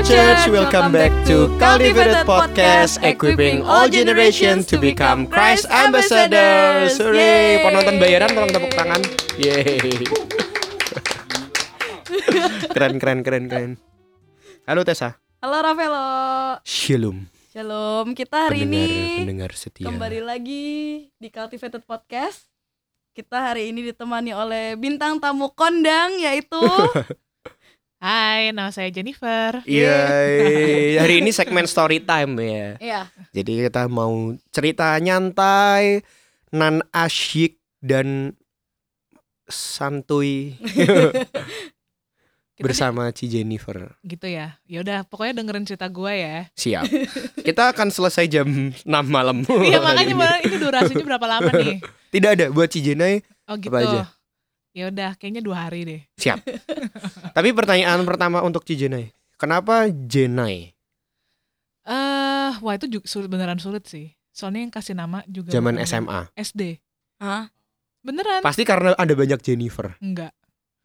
Church, welcome back to Cultivated Podcast, equipping all generation to become Christ ambassadors. Hooray, penonton bayaran tolong tepuk tangan. Yeay. Keren. Halo Tessa. Halo Ravelo. Shalom. Shalom. Kita hari ini pendengar setia. Kembali lagi di Cultivated Podcast. Kita hari ini ditemani oleh bintang tamu kondang, yaitu Hai, nama saya Jennifer. Iya, hari ini segmen story time ya. Iya. Jadi kita mau cerita nyantai, nan asyik dan santuy bersama Ci Jennifer. Gitu ya. Ya udah, pokoknya dengerin cerita gue ya. Siap. Kita akan selesai jam 6 malam. Iya, makanya ini durasinya berapa lama nih? Tidak ada buat Ci Jenai. Oh gitu. Apa aja? Ya udah, kayaknya 2 hari deh. Siap. Tapi pertanyaan pertama untuk Ci Jenai. Kenapa Jenai? Wah itu juga beneran sulit sih. Soalnya yang kasih nama juga Zaman SMA. SD. Hah? Beneran? Pasti karena ada banyak Jennifer. Enggak.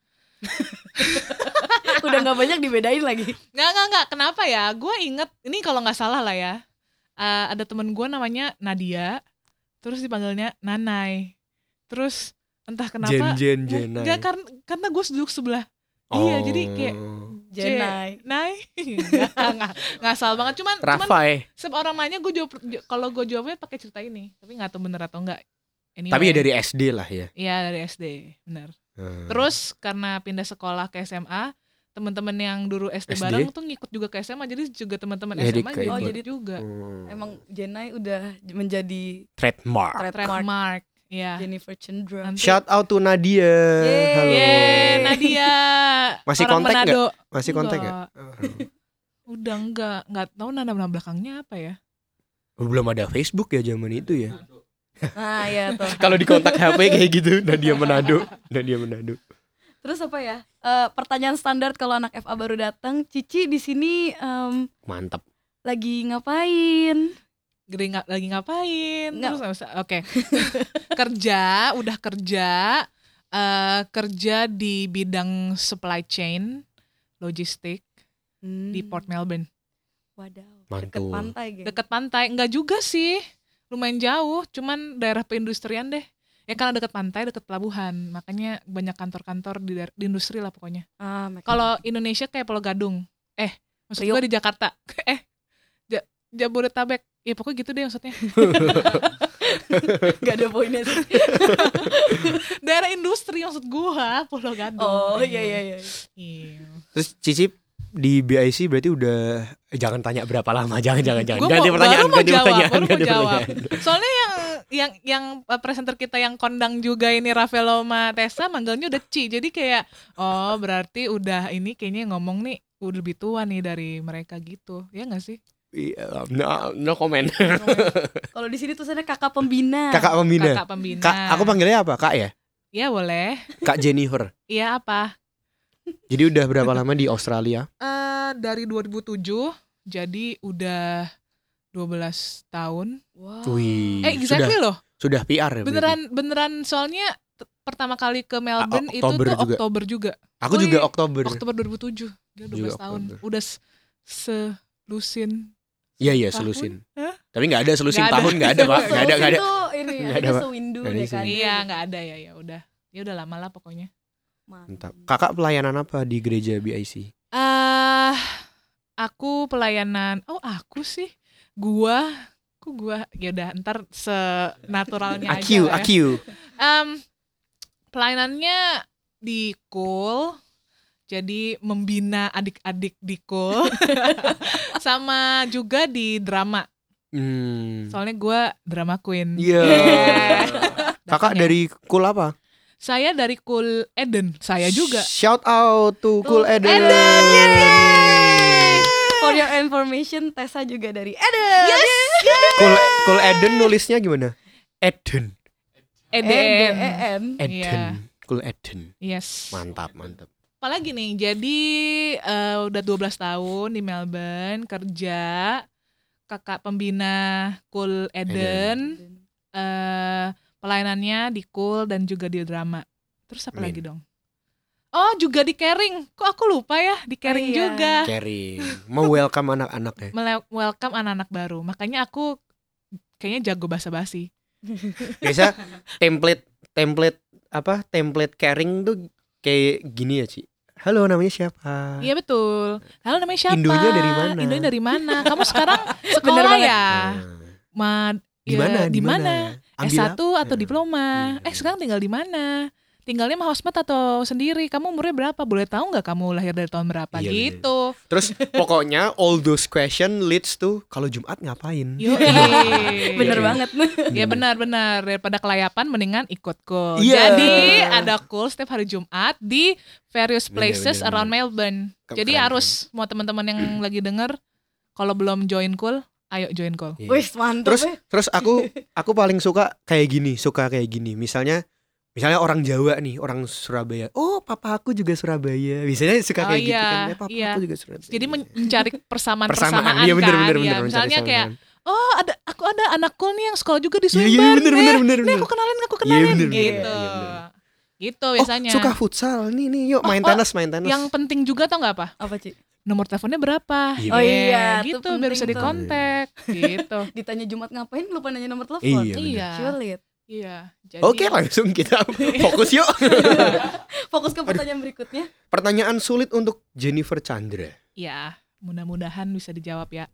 Udah gak banyak dibedain lagi. Enggak. Kenapa ya? Gue inget, ini kalau gak salah lah ya. Ada temen gue namanya Nadia. Terus dipanggilnya Nanai. Terus entah kenapa Jenai. enggak, karena gue duduk sebelah. Iya, jadi kayak Jenai. Nggak salah banget. Cuman setiap orang nanya gue jawab, kalau gue jawabnya pakai cerita ini, tapi nggak tahu bener atau enggak. Anyway. Tapi ya dari SD lah ya. Iya, dari SD, benar. Terus karena pindah sekolah ke SMA, teman-teman yang dulu SD bareng tuh ngikut juga ke SMA, jadi juga teman-teman SMA jadi juga. Emang Jenai udah menjadi trademark. Iya. Jennifer Chandra. Shout out to Nadia. Halo. Yeay, Nadia. Masih Orang kontak Manado. gak? Masih kontak gak? Udah enggak tahu nama belakangnya apa ya. Belum ada Facebook ya zaman itu ya. Nah ya tuh. Kalau di kontak HP kayak gitu, Nadia Manado. Terus apa ya? Pertanyaan standar kalau anak FA baru datang, Cici di sini Mantap. lagi ngapain? Lagi ngapain? Nggak. Terus oke. Udah kerja di bidang supply chain, logistik di Port Melbourne. Wadaw. Mantul. Deket pantai gitu. Deket pantai, enggak juga sih. Lumayan jauh, cuman daerah perindustrian deh. Ya karena deket pantai, deket pelabuhan, makanya banyak kantor-kantor di industri lah pokoknya. Kalau Indonesia kayak Pulau Gadung. Maksud gue di Jakarta. Jabodetabek. Ya pokoknya gitu deh maksudnya. Gak ada poinnya sih. Daerah industri maksud gua, Pulau Gadung. Oh iya. Terus Cici di BIC berarti udah jangan tanya berapa lama, jangan. Ganti pertanyaan. Soalnya yang presenter kita yang kondang juga ini Ravelo sama Tessa manggilnya udah Ci. Jadi kayak berarti udah ini kayaknya ngomong nih udah lebih tua nih dari mereka gitu. Ya enggak sih? No comment. Kalau di sini tulisannya kakak pembina. Kakak pembina. Kak, aku panggilnya apa? Kak ya? Iya boleh. Kak Jennifer. Iya apa? Jadi udah berapa lama di Australia? Dari 2007. Jadi udah 12 tahun. Wow. Wih. Exactly loh. Sudah PR ya? Beneran soalnya pertama kali ke Melbourne itu Oktober tuh juga. Oktober juga. Aku juga Oktober 2007. Dia 12 tahun. Oktober. Udah selusin. Iya selusin. Hah? Tapi nggak ada selusin Nggak tahun, nggak ada Pak, nggak ada. Itu ini Nggak ada ada, Pak. sewindu Nggak ada deh di kan. sini. Iya nggak ada ya udah. Ya udah lama lah pokoknya. Mantap. Kakak pelayanan apa di gereja BIC? Aku pelayanan. Aku sih. Gua ya udah ntar senaturalnya aja. AQ. Pelayanannya di Cool. Jadi membina adik-adik di Cool. Sama juga di drama. Soalnya gue drama queen. Iya. Kakak dari Cool apa? Saya dari Cool Eden. Saya juga. Shout out to Cool Eden. For your information, Tessa juga dari Eden. Yes. Cool Eden nulisnya gimana? Eden. Eden. Eden. Cool Eden. Yes. Mantap. Apalagi nih, jadi udah 12 tahun di Melbourne, kerja, kakak pembina Cool Eden, pelayanannya di Cool dan juga di drama. Terus apa lagi dong? Oh, juga di caring. Kok aku lupa ya, di caring juga. Caring. Mau welcome anak-anak ya. Welcome anak-anak baru. Makanya aku kayaknya jago basa-basi. Biasa template caring tuh kayak gini ya, Ci. Halo, namanya siapa? Iya betul. Halo, namanya siapa? Indonya dari mana? Kamu sekarang sekolah ya? Di mana? S1 atau diploma? Sekarang tinggal di mana? Tinggalnya sama housemate atau sendiri? Kamu umurnya berapa? Boleh tahu nggak kamu lahir dari tahun berapa? Gitu. Bener. Terus pokoknya all those question leads to kalau Jumat ngapain? Bener banget. Ya benar-benar, daripada kelayapan mendingan ikut cool. Jadi ada cool setiap hari Jumat di various places around Melbourne. Jadi harus mau teman-teman yang lagi denger, kalau belum join cool, ayo join cool. Wih, mantap. Terus aku paling suka kayak gini. Misalnya orang Jawa nih, orang Surabaya. Oh, papa aku juga Surabaya. Biasanya suka kayak gitu kan. Papa aku juga Surabaya. Jadi mencari persamaan Iya, bener, kan. Misalnya kayak, oh aku ada anak cool nih yang sekolah juga di Sumbar. Iya, bener. Nih aku kenalin Iya, gitu. Gitu biasanya. Suka futsal. Nih yuk main tenis. Yang penting juga tau gak apa? Apa, Ci? Nomor teleponnya berapa? Gitu biar bisa dikontak gitu. Ditanya Jumat ngapain, lupa nanya nomor telepon. Sulit. Iya. Jadi... Oke, langsung kita fokus yuk. Fokus ke pertanyaan berikutnya. Pertanyaan sulit untuk Jennifer Chandra. Ya, mudah-mudahan bisa dijawab ya.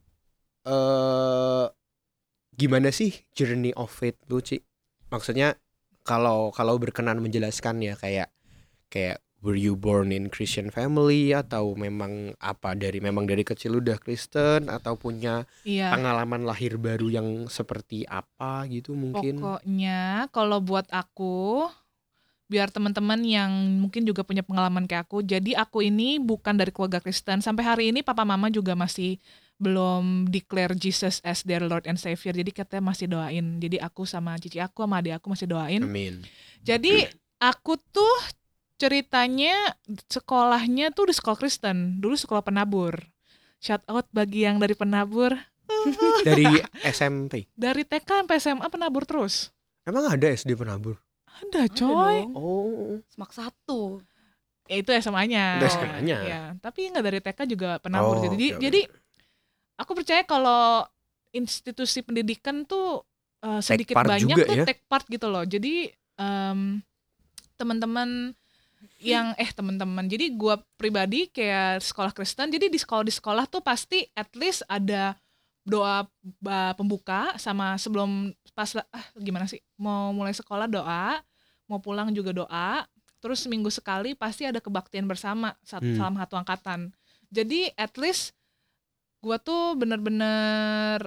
Gimana sih journey of faith lu, Ci? Maksudnya kalau berkenan menjelaskan ya, kayak were you born in Christian family atau memang dari kecil udah Kristen atau punya pengalaman lahir baru yang seperti apa gitu mungkin. Pokoknya kalau buat aku, biar teman-teman yang mungkin juga punya pengalaman kayak aku, jadi aku ini bukan dari keluarga Kristen. Sampai hari ini papa mama juga masih belum declare Jesus as their Lord and Savior. Jadi katanya masih doain. Jadi aku sama cici aku sama adik aku masih doain. Amin. Jadi aku tuh ceritanya sekolahnya tuh di sekolah Kristen. Dulu sekolah penabur. Shout out bagi yang dari penabur. Dari SMP? Dari TK sampai SMA penabur terus. Emang ada SD penabur? Ada coy. Oh, Semak 1. Ya itu SMA-nya. Itu SMA-nya. Ya, tapi nggak dari TK juga penabur. Okay. Jadi aku percaya kalau institusi pendidikan tuh sedikit banyak tuh take part gitu loh. Jadi teman-teman jadi gue pribadi kayak sekolah Kristen, jadi di sekolah tuh pasti at least ada doa pembuka sama sebelum mau mulai sekolah doa, mau pulang juga doa, terus seminggu sekali pasti ada kebaktian bersama selama satu angkatan. Jadi at least gue tuh bener-bener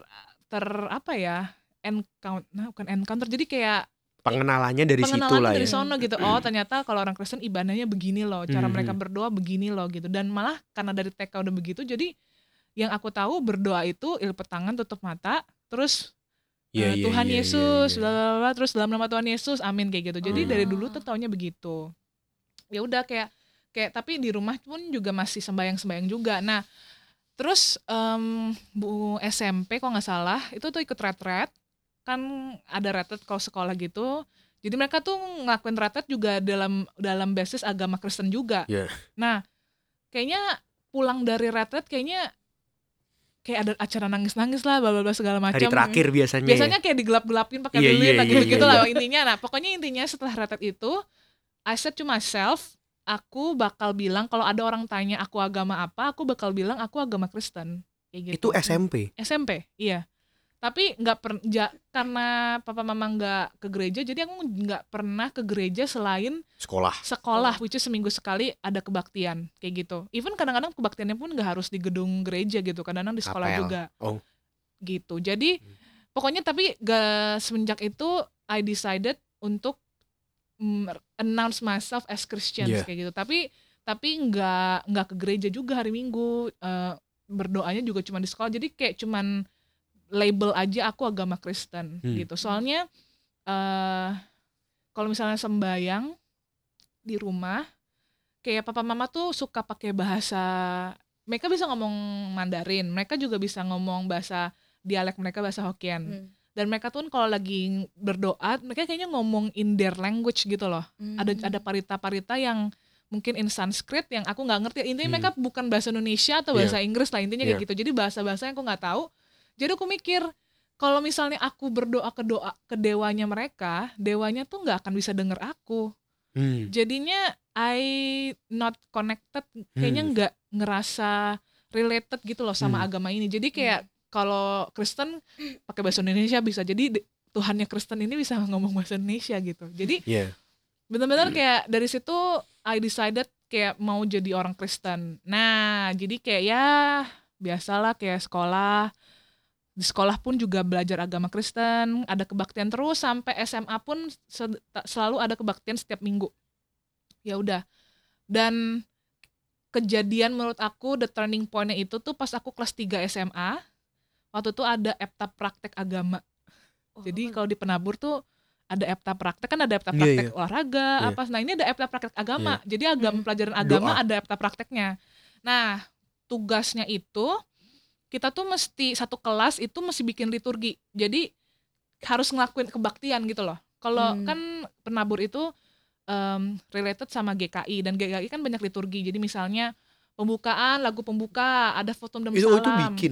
encounter, jadi kayak pengenalannya dari situ lah ya. Dari sono gitu. Oh, ternyata kalau orang Kristen ibadahnya begini loh, cara mereka berdoa begini loh gitu. Dan malah karena dari TK udah begitu, jadi yang aku tahu berdoa itu ilpet tangan, tutup mata, terus Tuhan Yesus, terus dalam nama Tuhan Yesus, amin kayak gitu. Jadi dari dulu tuh taunya begitu. Ya udah kayak tapi di rumah pun juga masih sembahyang juga. Nah, terus Bu SMP kok nggak salah, itu tuh ikut retret. Kan ada retret kalau sekolah gitu. Jadi mereka tuh ngelakuin retret juga dalam basis agama Kristen juga. Yeah. Nah, kayaknya pulang dari retret kayak ada acara nangis-nangis lah, bla segala macam. Hari terakhir biasanya. Biasanya kayak digelap-gelapin pakai lilin gitu lah intinya. Nah, pokoknya intinya setelah retret itu, I said to myself, aku bakal bilang kalau ada orang tanya aku agama apa, aku bakal bilang aku agama Kristen. Kayak gitu. Itu SMP. SMP, iya. Tapi karena papa mama nggak ke gereja, jadi aku nggak pernah ke gereja selain sekolah, which is seminggu sekali ada kebaktian kayak gitu. Even kadang-kadang kebaktiannya pun nggak harus di gedung gereja gitu, kadang-kadang di sekolah juga. Gitu. Jadi pokoknya tapi semenjak itu I decided untuk announce myself as Christians kayak gitu. Tapi nggak ke gereja juga hari Minggu. Berdoanya juga cuma di sekolah. Jadi kayak cuman label aja aku agama Kristen gitu. Soalnya kalau misalnya sembayang di rumah, kayak papa mama tuh suka pakai bahasa, mereka bisa ngomong Mandarin, mereka juga bisa ngomong bahasa dialek mereka, bahasa Hokkien. Dan mereka tuh kalau lagi berdoa, mereka kayaknya ngomong in their language gitu loh. Ada parita-parita yang mungkin in Sanskrit yang aku nggak ngerti. Intinya mereka bukan bahasa Indonesia atau bahasa Inggris lah, intinya kayak gitu. Jadi bahasa-bahasa yang aku nggak tahu. Jadi aku mikir kalau misalnya aku berdoa ke dewanya mereka, dewanya tuh nggak akan bisa denger aku. Jadinya I not connected, kayaknya nggak ngerasa related gitu loh sama agama ini. Jadi kayak kalau Kristen pakai bahasa Indonesia bisa, jadi Tuhannya Kristen ini bisa ngomong bahasa Indonesia gitu. Jadi benar-benar kayak dari situ I decided kayak mau jadi orang Kristen. Nah, jadi kayak ya biasalah kayak sekolah. Di sekolah pun juga belajar agama Kristen, ada kebaktian terus sampai SMA pun selalu ada kebaktian setiap minggu. Ya udah. Dan kejadian menurut aku the turning point-nya itu tuh pas aku kelas 3 SMA. Waktu itu ada EPTA praktek agama. Jadi kalau di Penabur tuh ada EPTA praktek, kan ada EPTA praktek olahraga, apa. Nah, ini ada EPTA praktek agama. Jadi pelajaran agama ada EPTA prakteknya. Nah, tugasnya itu kita tuh mesti satu kelas itu mesti bikin liturgi. Jadi harus ngelakuin kebaktian gitu loh. Kalau kan Penabur itu related sama GKI, dan GKI kan banyak liturgi. Jadi misalnya pembukaan, lagu pembuka, ada fotum dan salam. Itu bikin.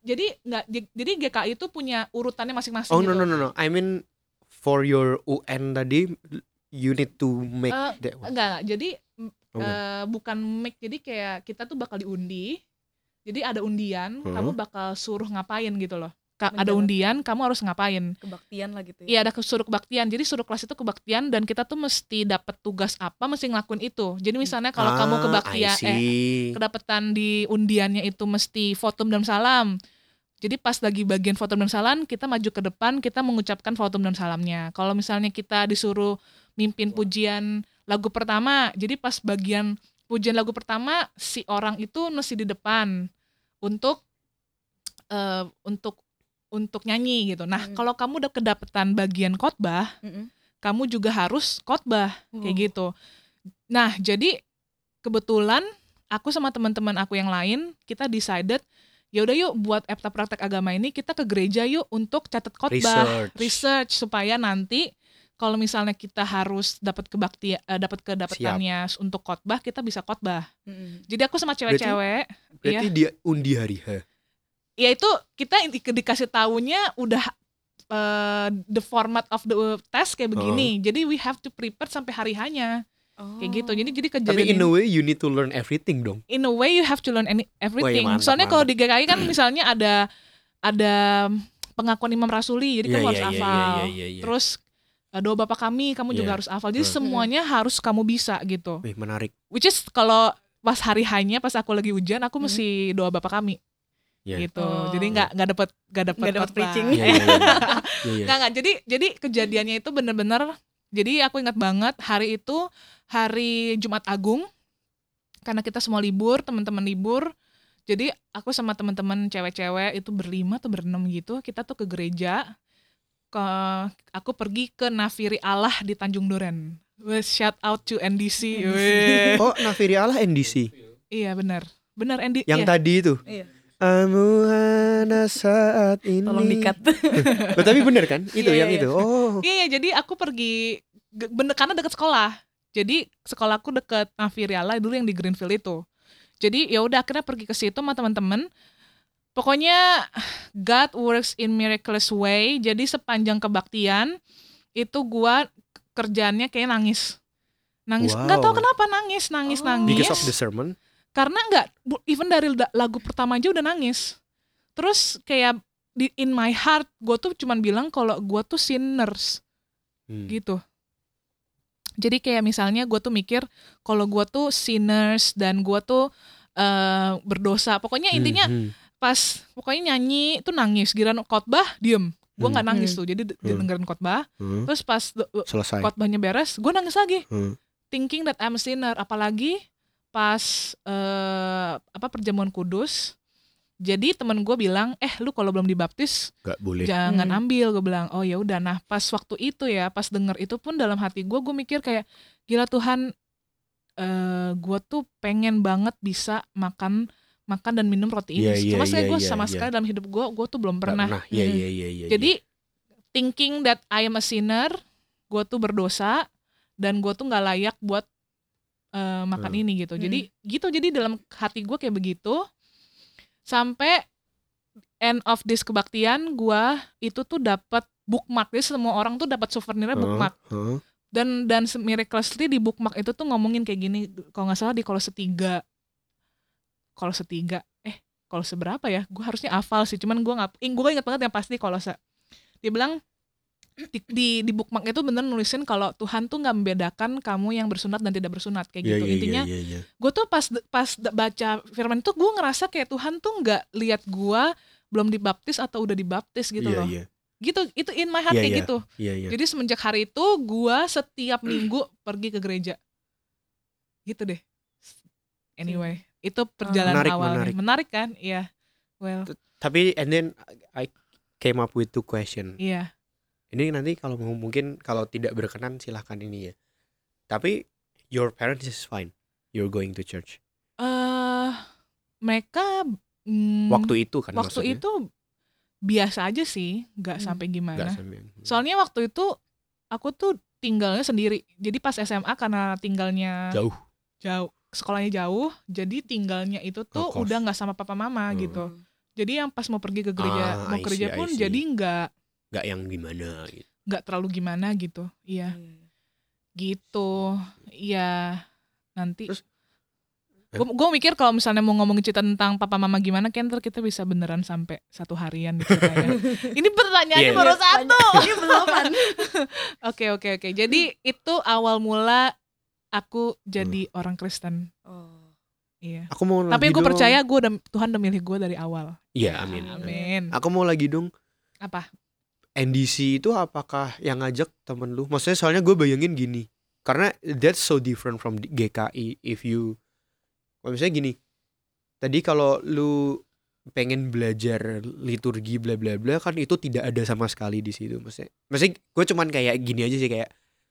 Jadi GKI itu punya urutannya masing-masing gitu. No. I mean for your UN tadi you need to make that one. Enggak. Jadi bukan make. Jadi kayak kita tuh bakal diundi. Jadi ada undian, kamu bakal suruh ngapain gitu loh. Ada undian, kamu harus ngapain. Kebaktian lah gitu ya. Iya, ada suruh kebaktian. Jadi suruh kelas itu kebaktian, dan kita tuh mesti dapat tugas apa, mesti ngelakuin itu. Jadi misalnya kalau kamu kebaktian kedapetan di undiannya itu mesti fotum dan salam. Jadi pas lagi bagian fotum dan salam, kita maju ke depan, kita mengucapkan fotum dan salamnya. Kalau misalnya kita disuruh mimpin pujian lagu pertama, jadi pas bagian pujian lagu pertama si orang itu mesti di depan untuk nyanyi gitu. Nah, kalau kamu udah kedapetan bagian khotbah, kamu juga harus khotbah kayak gitu. Nah, jadi kebetulan aku sama teman-teman aku yang lain, kita decided ya udah yuk buat EPTA praktek agama ini kita ke gereja yuk untuk catat khotbah, research supaya nanti kalau misalnya kita harus dapat kedapetannya untuk khotbah, kita bisa khotbah. Jadi aku sama cewek-cewek. Berarti dia undi hari H. Ya itu kita dikasih tahunya udah the format of the test kayak begini. Jadi we have to prepare sampai hari hanya. Kayak gitu. Jadi kejadian. Tapi in a way you need to learn everything dong. In a way you have to learn everything. Soalnya kalau di GKI kan misalnya ada pengakuan Imam Rasuli, jadi kamu harus hafal. Terus doa Bapa Kami, kamu juga harus hafal. Jadi semuanya harus kamu bisa gitu. Wih, menarik. Which is kalau pas hari hanya, pas aku lagi ujian, aku mesti doa Bapa Kami. Gitu. Jadi nggak dapat preaching. Nggak. Jadi kejadiannya itu benar-benar. Jadi aku ingat banget hari itu hari Jumat Agung, karena kita semua libur, teman-teman libur. Jadi aku sama teman-teman cewek-cewek itu 5 atau 6 gitu, kita tuh ke gereja. Aku pergi ke Nafiri Allah di Tanjung Duren. Shout out to NDC. Oh, Nafiri Allah NDC. Iya benar NDC. Yang tadi itu. Iya. Amuhana saat ini. Tolong di-cut. Tapi bener kan? Itu yang itu. Oh. Iya, jadi aku pergi karena dekat sekolah. Jadi sekolahku dekat Nafiri Allah dulu yang di Greenfield itu. Jadi ya udah akhirnya pergi ke situ sama teman-teman. Pokoknya God works in miraculous way. Jadi sepanjang kebaktian itu gua kerjaannya kayak nangis. Nggak tahu kenapa nangis. Because of the sermon? Karena even dari lagu pertama aja udah nangis. Terus kayak in my heart gue tuh cuman bilang kalau gue tuh sinners gitu. Jadi kayak misalnya gue tuh mikir kalau gue tuh sinners dan gue tuh berdosa. Pokoknya intinya pas pokoknya nyanyi tuh nangis, giliran khotbah diem. Gue nggak nangis tuh, jadi dengerin khotbah. Terus pas khotbahnya beres, gue nangis lagi. Thinking that I'm a sinner. Apalagi pas perjamuan kudus. Jadi temen gue bilang, lu kalau belum dibaptis gak boleh, jangan ambil. Gue bilang, oh ya udah. Nah pas waktu itu ya, pas denger itu pun dalam hati gue mikir kayak, gila Tuhan, gue tuh pengen banget bisa makan dan minum roti ini. Cuma gue sama sekali dalam hidup gue tuh belum pernah. Jadi thinking that I am a sinner, gue tuh berdosa dan gue tuh nggak layak buat makan ini gitu. Jadi dalam hati gue kayak begitu sampai end of this kebaktian gue itu tuh dapat bookmark. Jadi semua orang tuh dapat souvenirnya bookmark. Dan miraculously di bookmark itu tuh ngomongin kayak gini, kalau nggak salah di Kolose 3. Kolose berapa ya? Gue harusnya hafal sih, cuman gue ingat banget yang pasti Kolose. Dia bilang di bookmark itu bener nulisin kalau Tuhan tuh nggak membedakan kamu yang bersunat dan tidak bersunat kayak gitu. Intinya gue tuh pas baca firman itu gue ngerasa kayak Tuhan tuh nggak lihat gue belum dibaptis atau udah dibaptis gitu loh. Gitu, itu in my heart kayak gitu. Jadi semenjak hari itu gue setiap minggu pergi ke gereja gitu deh. Anyway, itu perjalanan awalnya. Menarik kan? Iya. Well. Tapi and then I came up with 2 question. Iya. Ini nanti kalau mungkin kalau tidak berkenan silahkan ini ya. Tapi your parents is fine. You're going to church. Mereka waktu itu kan waktu maksudnya. Itu biasa aja sih, nggak sampai gimana. Sampai. Soalnya waktu itu aku tuh tinggalnya sendiri. Jadi pas SMA karena tinggalnya jauh, sekolahnya jauh, jadi tinggalnya itu tuh udah nggak sama papa mama gitu. Jadi yang pas mau pergi ke gereja, mau kerja pun jadi nggak yang gimana gitu. Nggak terlalu gimana gitu. Iya. Gitu. Iya. Nanti terus gue mikir kalau misalnya mau ngomongin cerita tentang papa mama gimana, kan ntar kita bisa beneran sampai 1 harian gitu kayak. Ini pertanyaannya baru 1. Ini belum kan. Oke. Jadi itu awal mula aku jadi orang Kristen. Iya. Aku mau tapi gue percaya Tuhan udah milih gue dari awal. Iya, amin. Aku mau lagi dong. Apa? NDC itu apakah yang ngajak temen lu? Maksudnya soalnya gue bayangin gini. Karena that's so different from GKI. If you misalnya gini, tadi kalau lu pengen belajar liturgi bla bla bla kan itu tidak ada sama sekali di situ. Maksudnya gue cuman kayak gini aja sih kayak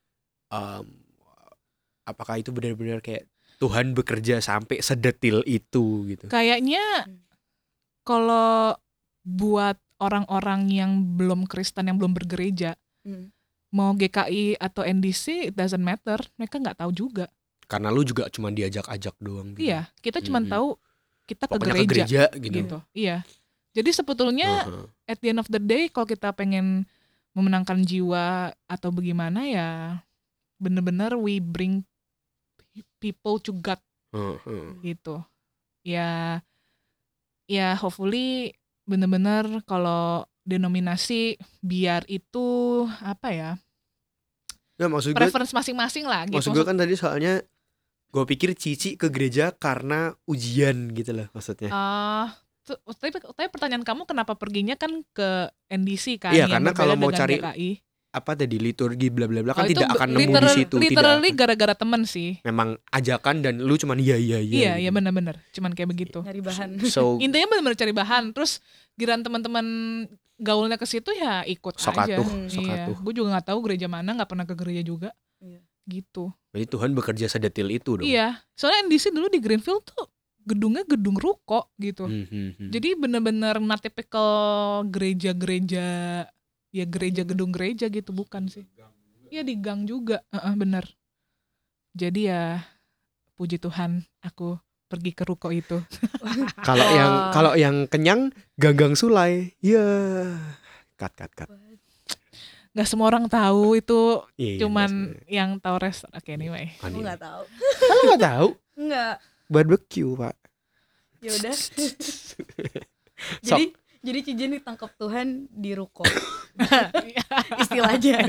apakah itu benar-benar kayak Tuhan bekerja sampai sedetil itu gitu. Kayaknya kalau buat orang-orang yang belum Kristen, yang belum bergereja, mau GKI atau NDC it doesn't matter, mereka nggak tahu juga. Karena lu juga cuma diajak-ajak doang gitu. Iya, kita cuma tahu kita ke gereja gitu. Iya. Jadi sebetulnya at the end of the day kalau kita pengen memenangkan jiwa atau bagaimana ya bener-bener we bring people to God gitu. Ya hopefully bener-bener kalau denominasi biar itu apa ya? Nah, maksud preference masing-masing lah gitu. Maksud gue kan tadi soalnya gue pikir Cici ke gereja karena ujian gitu loh maksudnya. Tapi pertanyaan kamu kenapa perginya kan ke NDC kan? Iya, karena kalau mau cari GKI, apa tadi liturgi bla bla bla kan tidak akan nemu di situ. Literally gara-gara temen sih. Memang ajakan dan lu cuman iya. Iya benar-benar, cuman kayak begitu. Nyari bahan. So, intinya benar-benar cari bahan. Terus giran teman-teman gaulnya ke situ ya ikut aja. Iya. Gue juga nggak tahu gereja mana, nggak pernah ke gereja juga. Iya. Gitu. Jadi Tuhan bekerja sedetil itu dong. Iya. Soalnya NDC dulu di Greenfield tuh gedungnya gedung ruko gitu. Jadi benar-benar not typical gereja-gereja, ya gereja gedung gereja gitu, bukan sih. Iya di gang juga, bener. Jadi ya puji Tuhan aku pergi ke ruko itu. Kalau yang kenyang ganggang sulai, ya cut. Gak semua orang tahu itu, cuman yang tahu Oke, anyway. Aku nggak tahu. Kalau nggak tahu? Nggak. Barbecue pak. Ya udah. Jadi Cijen ditangkap Tuhan di ruko. Istilahnya.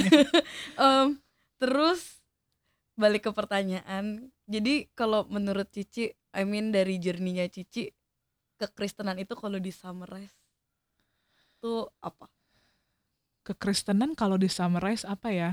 Terus balik ke pertanyaan. Jadi kalau menurut Cici, dari journey-nya Cici kekristenan itu kalau di summarize tuh apa? Kekristenan kalau di summarize apa ya?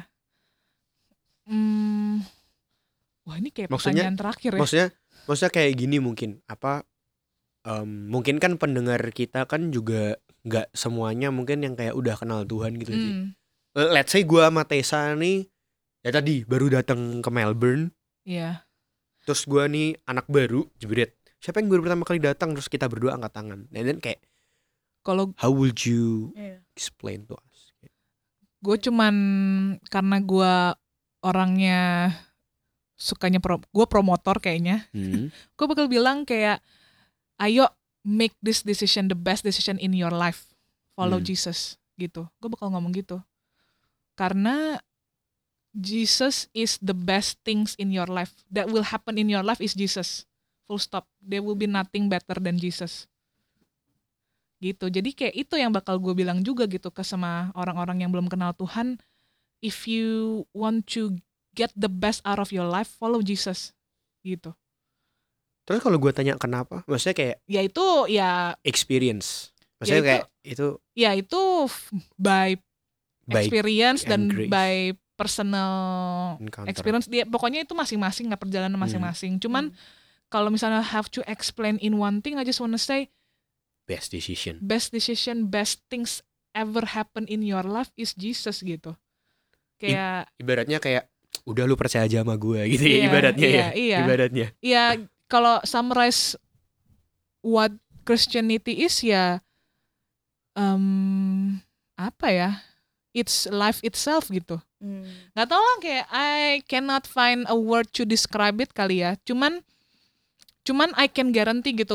Wah ini kayak pertanyaan terakhir ya. Maksudnya kayak gini mungkin apa? Mungkin kan pendengar kita kan juga nggak semuanya mungkin yang kayak udah kenal Tuhan gitu sih. Let's say gue sama Tessa nih ya tadi baru datang ke Melbourne. Iya. Terus gue nih anak baru jebret. Siapa yang baru pertama kali datang terus kita berdua angkat tangan. Dan kayak kalau how would you explain to us? Gue cuman karena gue orangnya sukanya gue promotor kayaknya. Gue bakal bilang kayak, ayo make this decision the best decision in your life, follow Jesus gitu. Gue bakal ngomong gitu karena Jesus is the best things in your life that will happen in your life is Jesus, full stop. There will be nothing better than Jesus gitu. Jadi kayak itu yang bakal gue bilang juga gitu ke sama orang-orang yang belum kenal Tuhan. If you want to get the best out of your life, follow Jesus gitu. Terus kalau gue tanya kenapa, maksudnya kayak ya itu ya experience, maksudnya ya kayak itu ya itu by experience dan by personal encounter. Experience dia, pokoknya itu masing-masing, nggak perjalanan masing-masing. Cuman kalau misalnya have to explain in one thing, I just wanna say best decision, best things ever happen in your life is Jesus gitu. Kayak ibaratnya kayak udah lu percaya aja sama gue gitu ya, ibaratnya ibaratnya. Iya, kalau summarize what Christianity is ya apa ya? It's life itself gitu. Gak tau lah, kayak I cannot find a word to describe it kali ya. Cuman I can guarantee gitu.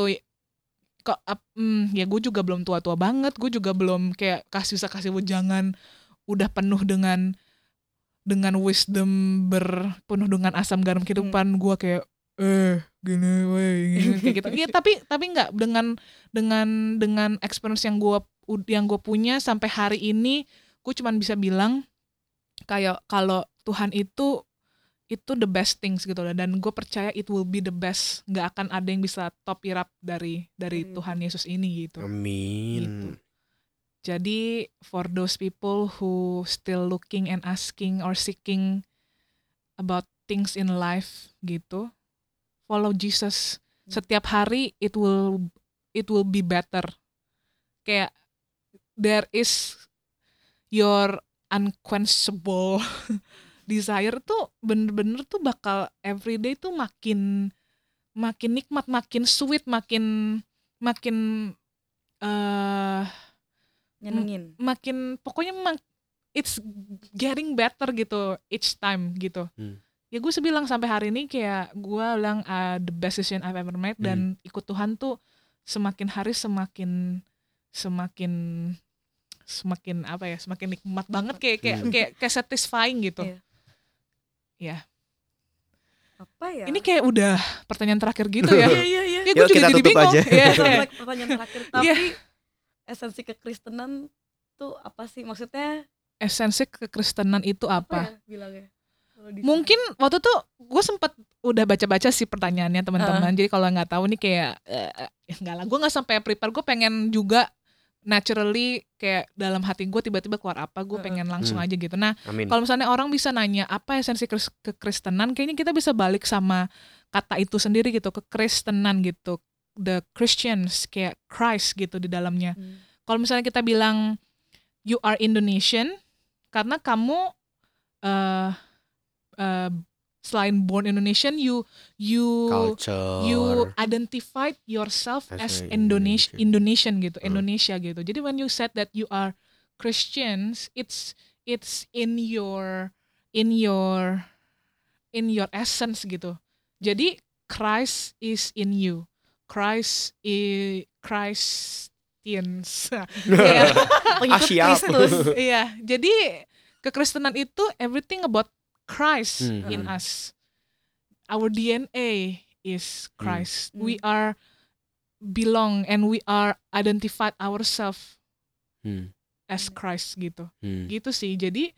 Ya gue juga belum tua-tua banget. Gue juga belum kayak kasih jangan udah penuh dengan wisdom, penuh dengan asam garam kehidupan. Gue kayak gini kayak gitu. Ya tapi nggak dengan experience yang gue punya sampai hari ini. Gue cuman bisa bilang kayak kalau Tuhan itu the best things gitu loh, dan gue percaya it will be the best, nggak akan ada yang bisa top it up dari Tuhan Yesus ini gitu. Amin. Gitu. Jadi for those people who still looking and asking or seeking about things in life gitu, follow Jesus. Setiap hari it will be better. Kayak there is your unquenchable desire tuh bener-bener tuh bakal everyday tuh makin nikmat, makin sweet, makin nyenengin, makin pokoknya it's getting better gitu each time gitu. Ya gue bilang sampai hari ini kayak gue bilang the best decision I've ever made, dan ikut Tuhan tuh semakin hari semakin apa ya, semakin nikmat banget, kayak satisfying gitu. Ya. Apa ya? Ini kayak udah pertanyaan terakhir gitu ya. Iya. Ya gue juga jadi bingung. Pertanyaan terakhir. Tapi esensi kekristenan tuh apa sih? Maksudnya esensi kekristenan itu apa? Ya, bilangnya. Mungkin waktu tuh gue sempet udah baca-baca sih pertanyaannya teman-teman. Jadi kalau nggak tahu nih kayak nggak lah, gue nggak sampai prepare. Gue pengen juga naturally kayak dalam hati gue tiba-tiba keluar apa, gue pengen langsung aja gitu. Nah, kalau misalnya orang bisa nanya apa esensi kekristenan, kayaknya kita bisa balik sama kata itu sendiri gitu, kekristenan gitu, the Christians, kayak Christ gitu di dalamnya. Kalau misalnya kita bilang you are Indonesian karena kamu selain born Indonesian, you identified yourself as Indonesian gitu, Indonesia gitu. Jadi when you said that you are Christians, it's in your essence gitu. Jadi Christ is in you. Christians. Pengikut Kristus. Iya. Jadi kekristenan itu everything about Christ in us. Our DNA is Christ. We are belong and we are identified ourselves as Christ gitu. Gitu sih. Jadi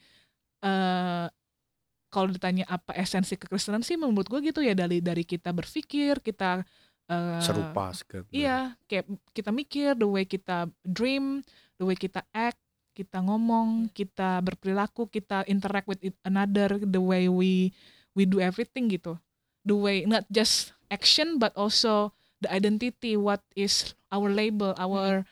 kalau ditanya apa esensi kekristenan sih, menurut gue gitu ya, dari kita berpikir, kita serupa. Iya, kayak kita mikir, the way kita dream, the way kita act, kita ngomong, kita berperilaku, kita interact with another, the way we do everything gitu. The way not just action but also the identity, what is our label, our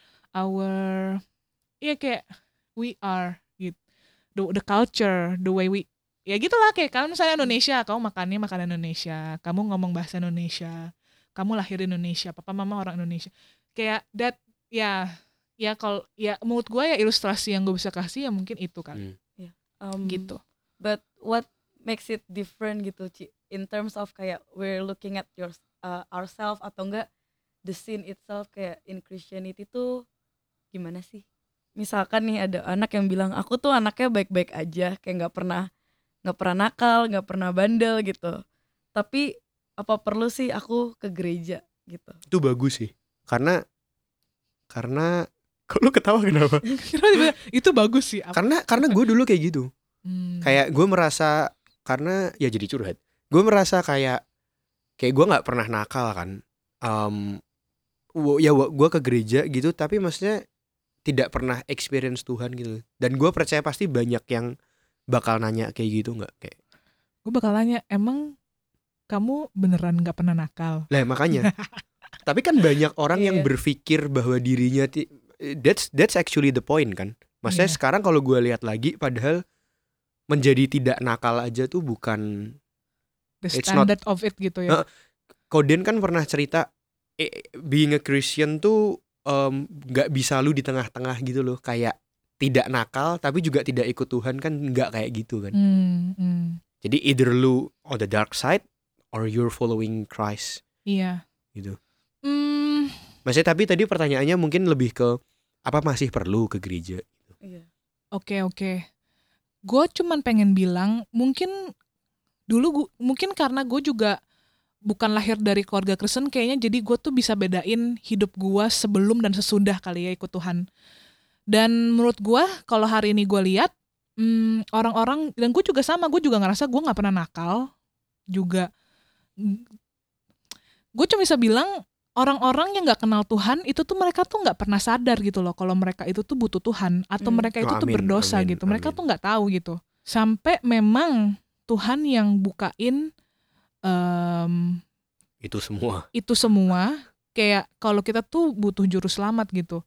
kayak we are gitu. The culture, the way we, ya gitulah, kayak kalau misalnya Indonesia, kamu makannya makanan Indonesia, kamu ngomong bahasa Indonesia, kamu lahir di Indonesia, papa mama orang Indonesia. Kayak that ya kalau ya menurut gue ya ilustrasi yang gue bisa kasih ya mungkin itu kan. Gitu. But what makes it different gitu, Ci? in terms of kayak we're looking at ourselves atau enggak the sin itself kayak in Christianity tuh gimana sih? Misalkan nih ada anak yang bilang aku tuh anaknya baik-baik aja, kayak nggak pernah nakal, nggak pernah bandel gitu. Tapi apa perlu sih aku ke gereja gitu? Itu bagus sih, karena kok lu ketawa kenapa? Itu bagus sih. Karena gue dulu kayak gitu. Kayak gue merasa, karena ya jadi curhat. Gue merasa kayak gue nggak pernah nakal kan. Gue ke gereja gitu, tapi maksudnya tidak pernah experience Tuhan gitu. Dan gue percaya pasti banyak yang bakal nanya kayak gitu nggak? Kayak gue bakal nanya, emang kamu beneran nggak pernah nakal? Lah makanya. Tapi kan banyak orang yang berpikir bahwa dirinya that's actually the point kan. Maksudnya sekarang kalau gue lihat lagi, padahal menjadi tidak nakal aja tuh bukan the standard of it gitu ya. Koden kan pernah cerita being a Christian tuh gak bisa lu di tengah-tengah gitu loh. Kayak tidak nakal tapi juga tidak ikut Tuhan kan, gak kayak gitu kan. Jadi either lu on the dark side or you're following Christ. Iya gitu. Maksudnya tapi tadi pertanyaannya mungkin lebih ke apa masih perlu ke gereja gitu. Oke. Gue cuman pengen bilang, mungkin dulu mungkin karena gue juga bukan lahir dari keluarga Kristen kayaknya, jadi gue tuh bisa bedain hidup gue sebelum dan sesudah kali ya ikut Tuhan. Dan menurut gue kalau hari ini gue lihat orang-orang, dan gue juga sama, gue juga ngerasa gue nggak pernah nakal juga. Gue cuma bisa bilang orang-orang yang nggak kenal Tuhan itu tuh mereka tuh nggak pernah sadar gitu loh kalau mereka itu tuh butuh Tuhan atau mereka itu tuh berdosa gitu. Mereka tuh nggak tahu gitu. Sampai memang Tuhan yang bukain itu semua kayak kalau kita tuh butuh juru selamat gitu.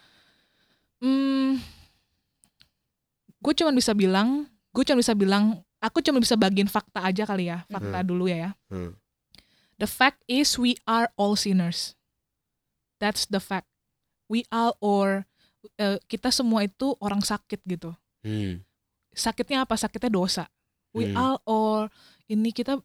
Aku cuma bisa bilang aku cuma bisa bagiin fakta aja kali ya, fakta dulu ya. The fact is we are all sinners. That's the fact. We are kita semua itu orang sakit gitu. Sakitnya apa? Sakitnya dosa. We are all ini kita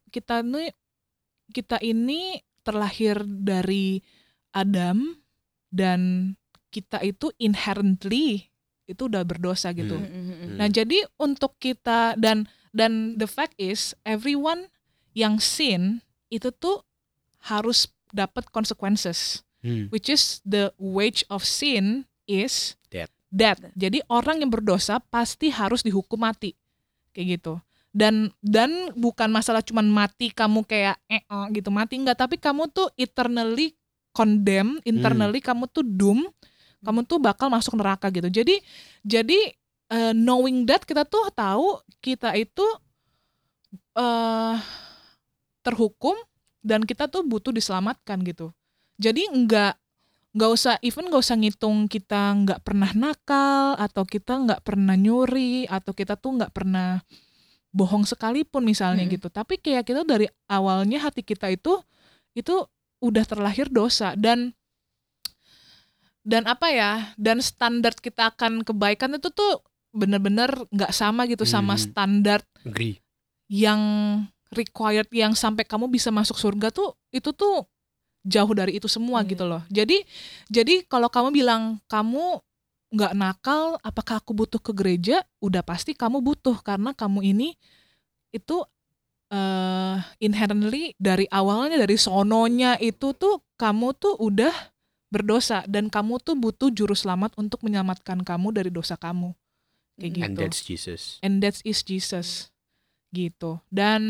ini terlahir dari Adam dan kita itu inherently itu udah berdosa gitu. Nah, jadi untuk kita dan the fact is everyone yang sin itu tuh harus dapat consequences, which is the wage of sin is death. Jadi orang yang berdosa pasti harus dihukum mati, kayak gitu. Dan bukan masalah cuman mati kamu kayak gitu mati, enggak, tapi kamu tuh eternally condemned, internally kamu tuh doom, kamu tuh bakal masuk neraka gitu. Jadi knowing that kita tuh tahu kita itu terhukum dan kita tuh butuh diselamatkan gitu. Jadi nggak usah ngitung kita nggak pernah nakal atau kita nggak pernah nyuri atau kita tuh nggak pernah bohong sekalipun misalnya gitu. Tapi kayak kita dari awalnya hati kita itu udah terlahir dosa dan apa ya, dan standar kita akan kebaikan itu tuh benar-benar nggak sama gitu sama standar yang required yang sampai kamu bisa masuk surga tuh itu tuh jauh dari itu semua gitu loh. Jadi kalau kamu bilang kamu nggak nakal, apakah aku butuh ke gereja? Udah pasti kamu butuh karena kamu ini itu inherently dari awalnya dari sononya itu tuh kamu tuh udah berdosa dan kamu tuh butuh juru selamat untuk menyelamatkan kamu dari dosa kamu. Kayak gitu. And that's Jesus. And that is Jesus. Gitu. Dan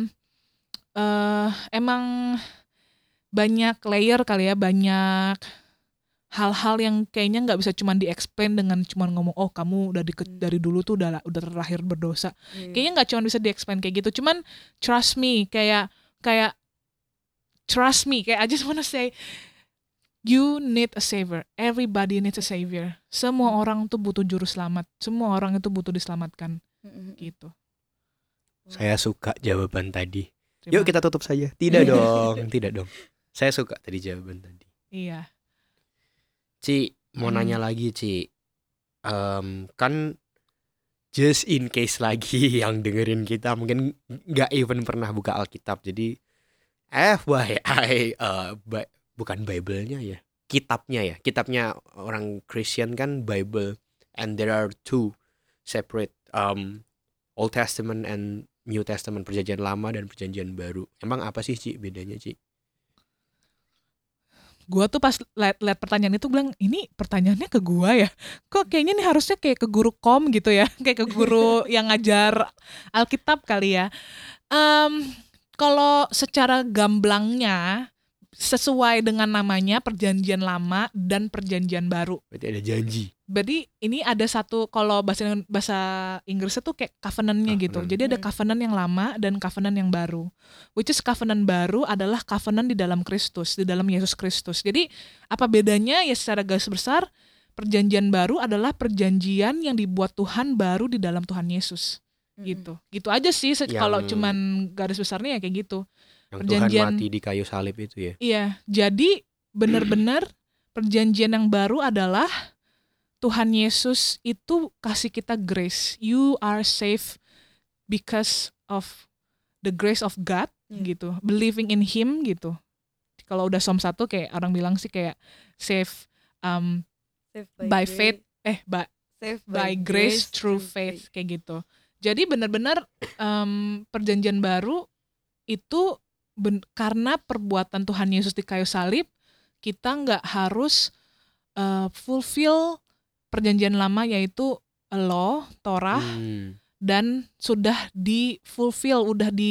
emang banyak layer kali ya, banyak hal-hal yang kayaknya nggak bisa cuma di-explain dengan cuma ngomong kamu udah dari dulu tuh udah terlahir berdosa. Kayaknya nggak cuma bisa di-explain kayak gitu. Cuman trust me, kayak trust me, kayak I just wanna say you need a savior. Everybody needs a savior. Semua orang tuh butuh juru selamat. Semua orang itu butuh diselamatkan. Gitu. Saya suka jawaban tadi. Yuk kita tutup saja. Tidak dong. Saya suka tadi jawaban tadi. Iya. Ci, mau nanya lagi Ci. Kan just in case lagi yang dengerin kita mungkin nggak even pernah buka Alkitab, jadi FYI bukan Bible-nya ya, kitabnya orang Christian kan Bible, and there are two separate Old Testament and New Testament, perjanjian lama dan perjanjian baru. Emang apa sih Ci bedanya Ci? Gua tuh pas liat pertanyaan itu bilang, ini pertanyaannya ke gua ya, kok kayaknya nih harusnya kayak ke guru kom gitu ya, kayak ke guru yang ngajar Alkitab kali ya. Kalau secara gamblangnya sesuai dengan namanya perjanjian lama dan perjanjian baru. Berarti ada janji. Berarti ini ada satu, kalau bahasa Inggrisnya tuh kayak covenant-nya gitu. Jadi ada covenant yang lama dan covenant yang baru. Which is covenant baru adalah covenant di dalam Kristus, di dalam Yesus Kristus. Jadi apa bedanya ya secara garis besar, perjanjian baru adalah perjanjian yang dibuat Tuhan baru di dalam Tuhan Yesus. Gitu. Gitu aja sih kalau cuman garis besarnya ya kayak gitu. Yang perjanjian Tuhan mati di kayu salib itu ya. Iya, jadi benar-benar perjanjian yang baru adalah Tuhan Yesus itu kasih kita grace. You are saved because of the grace of God gitu. Believing in Him gitu. Kalau udah Psalm 1 kayak orang bilang sih kayak saved by faith, by grace through faith kayak gitu. Jadi benar-benar perjanjian baru itu karena perbuatan Tuhan Yesus di kayu salib, kita nggak harus fulfill perjanjian lama yaitu law, Torah, dan sudah di fulfill,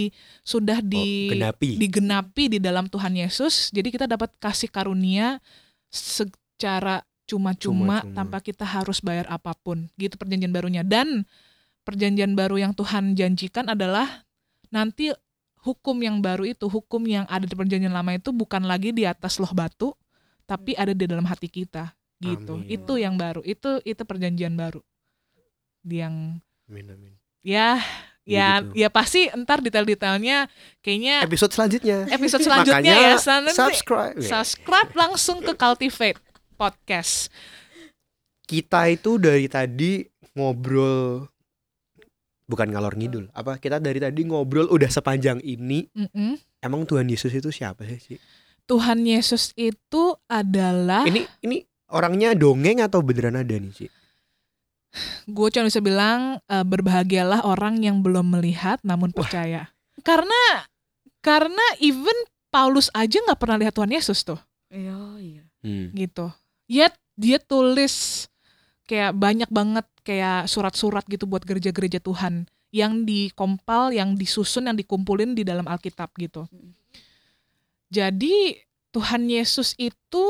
digenapi di dalam Tuhan Yesus. Jadi kita dapat kasih karunia secara cuma-cuma tanpa kita harus bayar apapun. Gitu perjanjian barunya. Dan perjanjian baru yang Tuhan janjikan adalah nanti hukum yang baru itu, hukum yang ada di perjanjian lama itu bukan lagi di atas loh batu, tapi ada di dalam hati kita. Gitu. Amin. Itu yang baru. Itu perjanjian baru. Amin. Ya pasti ntar detail-detailnya kayaknya episode selanjutnya ya. Subscribe langsung ke Cultivate Podcast. Kita itu dari tadi ngobrol, bukan ngalor ngidul. Kita dari tadi ngobrol udah sepanjang ini. Emang Tuhan Yesus itu siapa sih? Tuhan Yesus itu adalah Ini orangnya dongeng atau beneran ada nih Ci? Gue cuma bisa bilang berbahagialah orang yang belum melihat namun percaya. Karena even Paulus aja nggak pernah lihat Tuhan Yesus tuh. Iya. Gitu. Yet dia tulis kayak banyak banget kayak surat-surat gitu buat gereja-gereja Tuhan yang dikompal, yang disusun, yang dikumpulin di dalam Alkitab gitu. Jadi Tuhan Yesus itu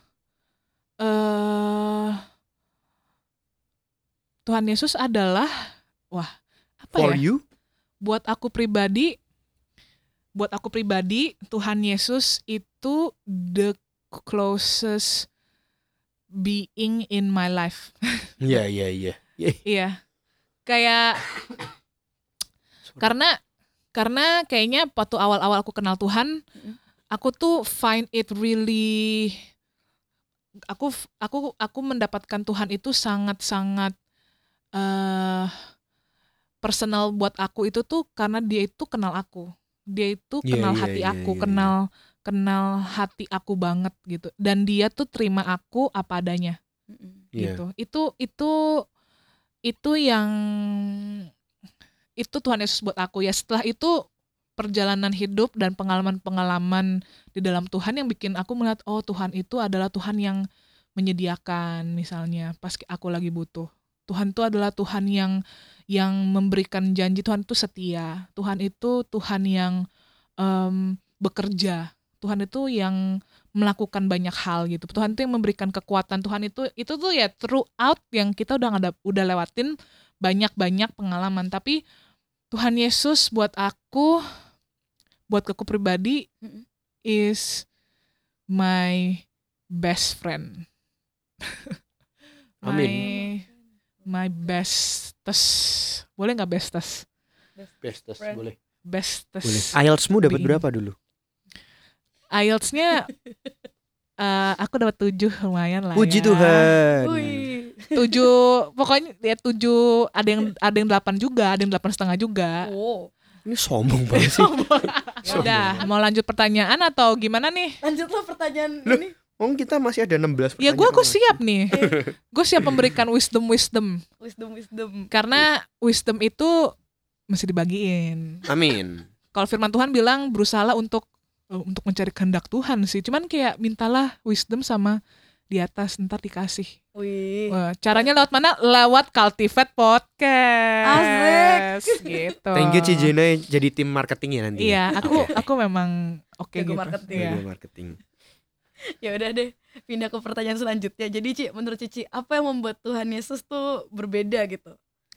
Tuhan Yesus adalah buat aku pribadi Tuhan Yesus itu the closest being in my life. Iya. Iya. Kayak karena kayaknya waktu awal-awal aku kenal Tuhan, aku tuh find it really aku mendapatkan Tuhan itu sangat-sangat personal buat aku itu tuh karena dia itu kenal aku. Dia itu kenal hati aku, kenal hati aku banget gitu, dan dia tuh terima aku apa adanya gitu. Itu yang Tuhan Yesus buat aku ya. Setelah itu perjalanan hidup dan pengalaman-pengalaman di dalam Tuhan yang bikin aku melihat Tuhan itu adalah Tuhan yang menyediakan, misalnya pas aku lagi butuh. Tuhan itu adalah Tuhan yang memberikan janji. Tuhan itu setia. Tuhan itu Tuhan yang bekerja. Tuhan itu yang melakukan banyak hal gitu. Tuhan itu yang memberikan kekuatan. Tuhan itu tuh ya throughout yang kita udah lewatin banyak pengalaman. Tapi Tuhan Yesus buat aku pribadi is my best friend. Amin. My bestest. Boleh nggak bestest? Bestest boleh. Bestest. IELTS-mu dapat berapa dulu? IELTS-nya aku dapat 7, lumayan lah. Puji ya. Tuhan. pokoknya ya 7, ada yang 8 juga, ada yang 8,5 juga. Oh. Ini sombong banget sih. Ya udah, mau lanjut pertanyaan atau gimana nih? Lanjutlah pertanyaan Loh, ini. kita masih ada 16 Ya pertanyaan. gue siap nih. Gue siap memberikan wisdom. Wisdom. Karena wisdom itu mesti dibagiin. Amin. Kalau firman Tuhan bilang berusahalah untuk mencari kehendak Tuhan sih. Cuman kayak mintalah wisdom sama di atas, ntar dikasih. Wih. Wah, caranya lewat mana? Lewat Cultivate Podcast. Asik. Gitu. Thank you Cijena jadi tim marketingnya nanti. Iya, aku memang oke Jago gitu. marketing. Iya. Jago marketing. Ya udah deh, pindah ke pertanyaan selanjutnya. Jadi Ci, menurut Cici, apa yang membuat Tuhan Yesus tuh berbeda gitu?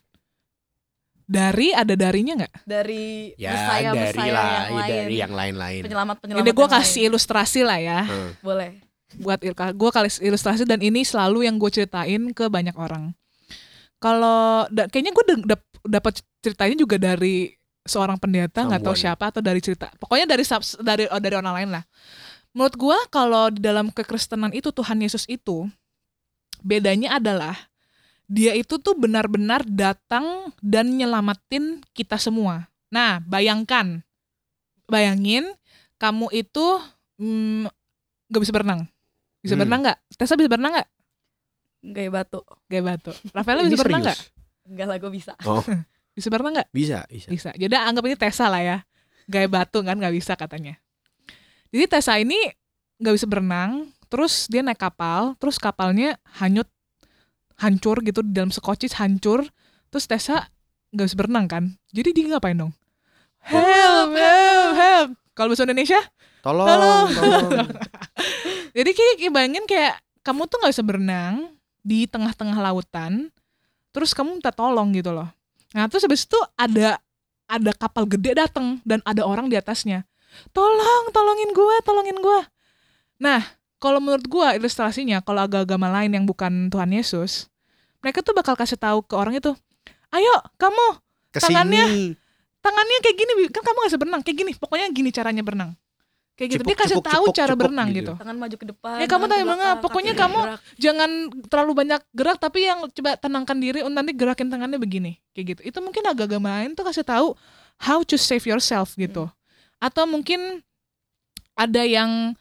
Darinya nggak? Dari Ya Mesiah dari yang lain. dari yang lain-lain. Penyelamat Ini gue kasih ilustrasi lah ya. Boleh. Buat gue kasih ilustrasi dan ini selalu yang gue ceritain ke banyak orang. Kalau kayaknya gue dapat ceritanya juga dari seorang pendeta, nggak tahu siapa, atau dari cerita. Pokoknya dari orang lain lah. Menurut gue kalau di dalam kekristenan itu Tuhan Yesus itu bedanya adalah dia itu tuh benar-benar datang dan nyelamatin kita semua. Nah, bayangin kamu itu gak bisa berenang. Bisa berenang gak? Tessa bisa berenang gak? Gaya batu. Rafaela bisa berenang gak? Enggak lah, gue bisa. Oh. Bisa berenang gak? Bisa. Jadi anggap ini Tessa lah ya. Gaya batu kan gak bisa katanya. Jadi Tessa ini gak bisa berenang, terus dia naik kapal, terus kapalnya hancur gitu, di dalam sekocis hancur, terus Tessa gak bisa berenang kan, jadi dia ngapain dong? Help. Kalau bahasa Indonesia? Tolong. Jadi kayak bayangin kayak kamu tuh gak bisa berenang di tengah-tengah lautan, terus kamu minta tolong gitu loh. Nah terus habis itu ada kapal gede datang dan ada orang di atasnya. Tolongin gue. Nah, kalau menurut gue ilustrasinya, kalau agama lain yang bukan Tuhan Yesus, mereka tuh bakal kasih tahu ke orang itu, ayo kamu Kesini. tangannya kayak gini, kan kamu gak bisa berenang, kayak gini, pokoknya gini caranya berenang. Kayak gitu, dia kasih tahu cara berenang gitu. Tangan maju ke depan. Ya kamu tahu berenang, pokoknya kamu gerak. jangan terlalu banyak gerak, tapi yang coba tenangkan diri, nanti gerakin tangannya begini, kayak gitu. Itu mungkin agama lain tuh kasih tahu how to save yourself gitu. Atau mungkin ada yang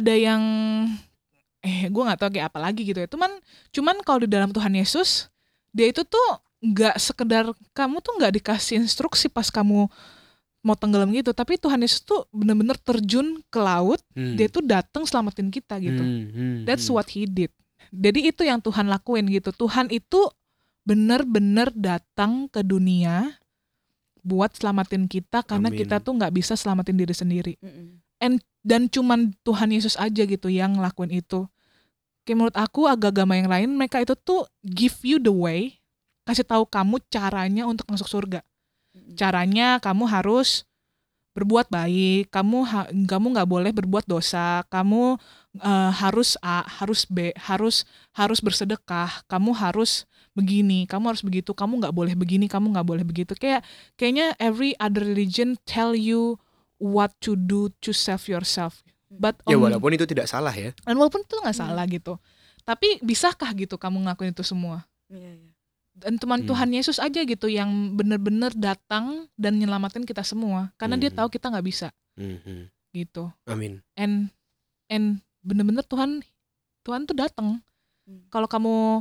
gue nggak tahu kayak apa lagi gitu ya. Cuman kalau di dalam Tuhan Yesus, dia itu tuh nggak sekedar kamu tuh nggak dikasih instruksi pas kamu mau tenggelam gitu, tapi Tuhan Yesus tuh benar-benar terjun ke laut, dia tuh datang selamatin kita gitu. That's what he did. Jadi itu yang Tuhan lakuin gitu. Tuhan itu benar-benar datang ke dunia buat selamatin kita karena kita tuh nggak bisa selamatin diri sendiri. Dan cuman Tuhan Yesus aja gitu yang ngelakuin itu. Kayak menurut aku agama yang lain mereka itu tuh give you the way, kasih tahu kamu caranya untuk masuk surga. Caranya kamu harus berbuat baik, kamu nggak boleh berbuat dosa, kamu harus A, harus B, harus bersedekah, kamu harus begini, kamu harus begitu, kamu nggak boleh begini, kamu nggak boleh begitu. Kayaknya every other religion tell you what to do to save yourself. But walaupun itu tidak salah ya. Dan walaupun itu nggak salah gitu. Tapi bisakah gitu kamu ngelakuin itu semua? Iya. Dan Tuhan Yesus aja gitu yang benar-benar datang dan nyelamatin kita semua. Karena dia tahu kita nggak bisa. Gitu. Amin. And benar-benar Tuhan tuh datang. Kalau kamu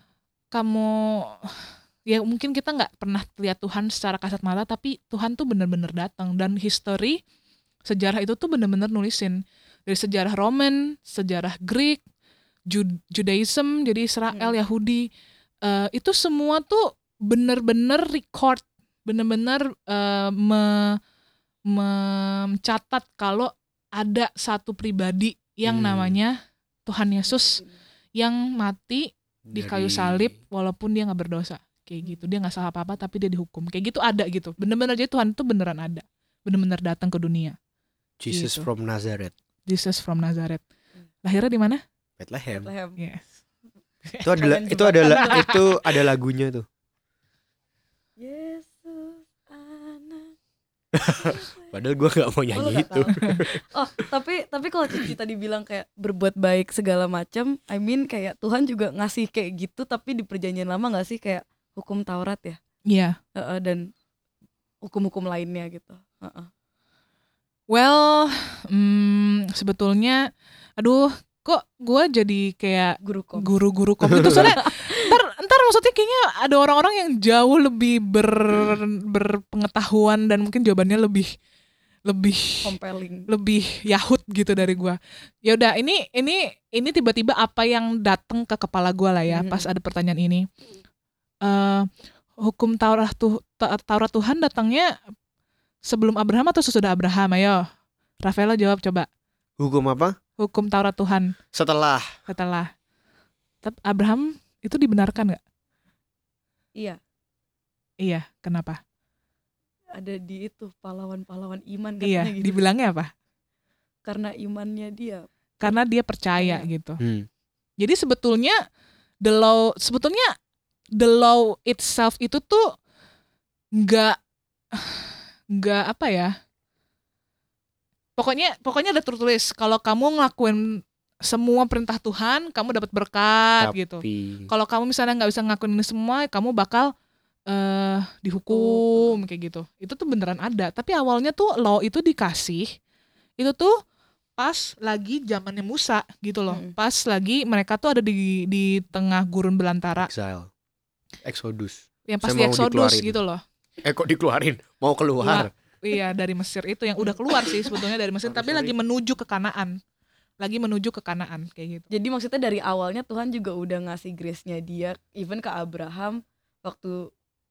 ya mungkin kita nggak pernah lihat Tuhan secara kasat mata, tapi Tuhan tuh benar-benar datang. Dan history sejarah itu tuh benar-benar nulisin dari sejarah Roman, sejarah Greek, Judaism, jadi Israel, Yahudi, itu semua tuh benar-benar record, benar-benar mencatat kalau ada satu pribadi yang namanya Tuhan Yesus yang mati di kayu salib walaupun dia nggak berdosa. Kayak gitu, dia nggak salah apa-apa tapi dia dihukum. Kayak gitu ada gitu. Bener-bener aja Tuhan itu beneran ada. Bener-bener datang ke dunia. Jesus gitu. from Nazareth. Jesus from Nazareth. Lahirnya di mana? Bethlehem. Yes. Itu ada lagunya tuh. Yesus anak Padahal gue gak mau nyanyi itu. Tapi kalau Cici tadi bilang kayak berbuat baik segala macam, I mean kayak Tuhan juga ngasih kayak gitu, tapi di perjanjian lama nggak sih kayak hukum Taurat ya? Iya. Dan hukum-hukum lainnya gitu. Well, sebetulnya, aduh, kok gue jadi kayak guru-guru kom itu soalnya ntar maksudnya kayaknya ada orang-orang yang jauh lebih berpengetahuan dan mungkin jawabannya lebih compelling, lebih yahut gitu dari gue. Ya udah, ini tiba-tiba apa yang datang ke kepala gue lah ya pas ada pertanyaan ini. Hukum Taurat Tuhan datangnya sebelum Abraham atau sesudah Abraham? Ayo, Rafaela jawab coba. Hukum apa? Hukum Taurat Tuhan Setelah. Tapi Abraham itu dibenarkan nggak? Iya, kenapa? Ada di itu pahlawan-pahlawan iman katanya. Iya, gitu. Dibilangnya apa? Karena imannya dia. Karena dia percaya gitu. Jadi sebetulnya the law itself itu tuh nggak apa ya? Pokoknya ada tertulis kalau kamu ngelakuin semua perintah Tuhan, kamu dapat berkat gitu. Kalau kamu misalnya nggak bisa ngelakuin ini semua, kamu bakal dihukum kayak gitu. Itu tuh beneran ada. Tapi awalnya tuh law itu dikasih, itu tuh pas lagi zamannya Musa gitu loh. Pas lagi mereka tuh ada di tengah gurun belantara. Exodus. Yang pas di Exodus gitu loh. Kok dikeluarin? Mau keluar? Iya, dari Mesir itu yang udah keluar sih sebetulnya dari Mesir, tapi lagi menuju ke Kanaan. Kayak gitu. Jadi maksudnya dari awalnya Tuhan juga udah ngasih grace-nya dia even ke Abraham waktu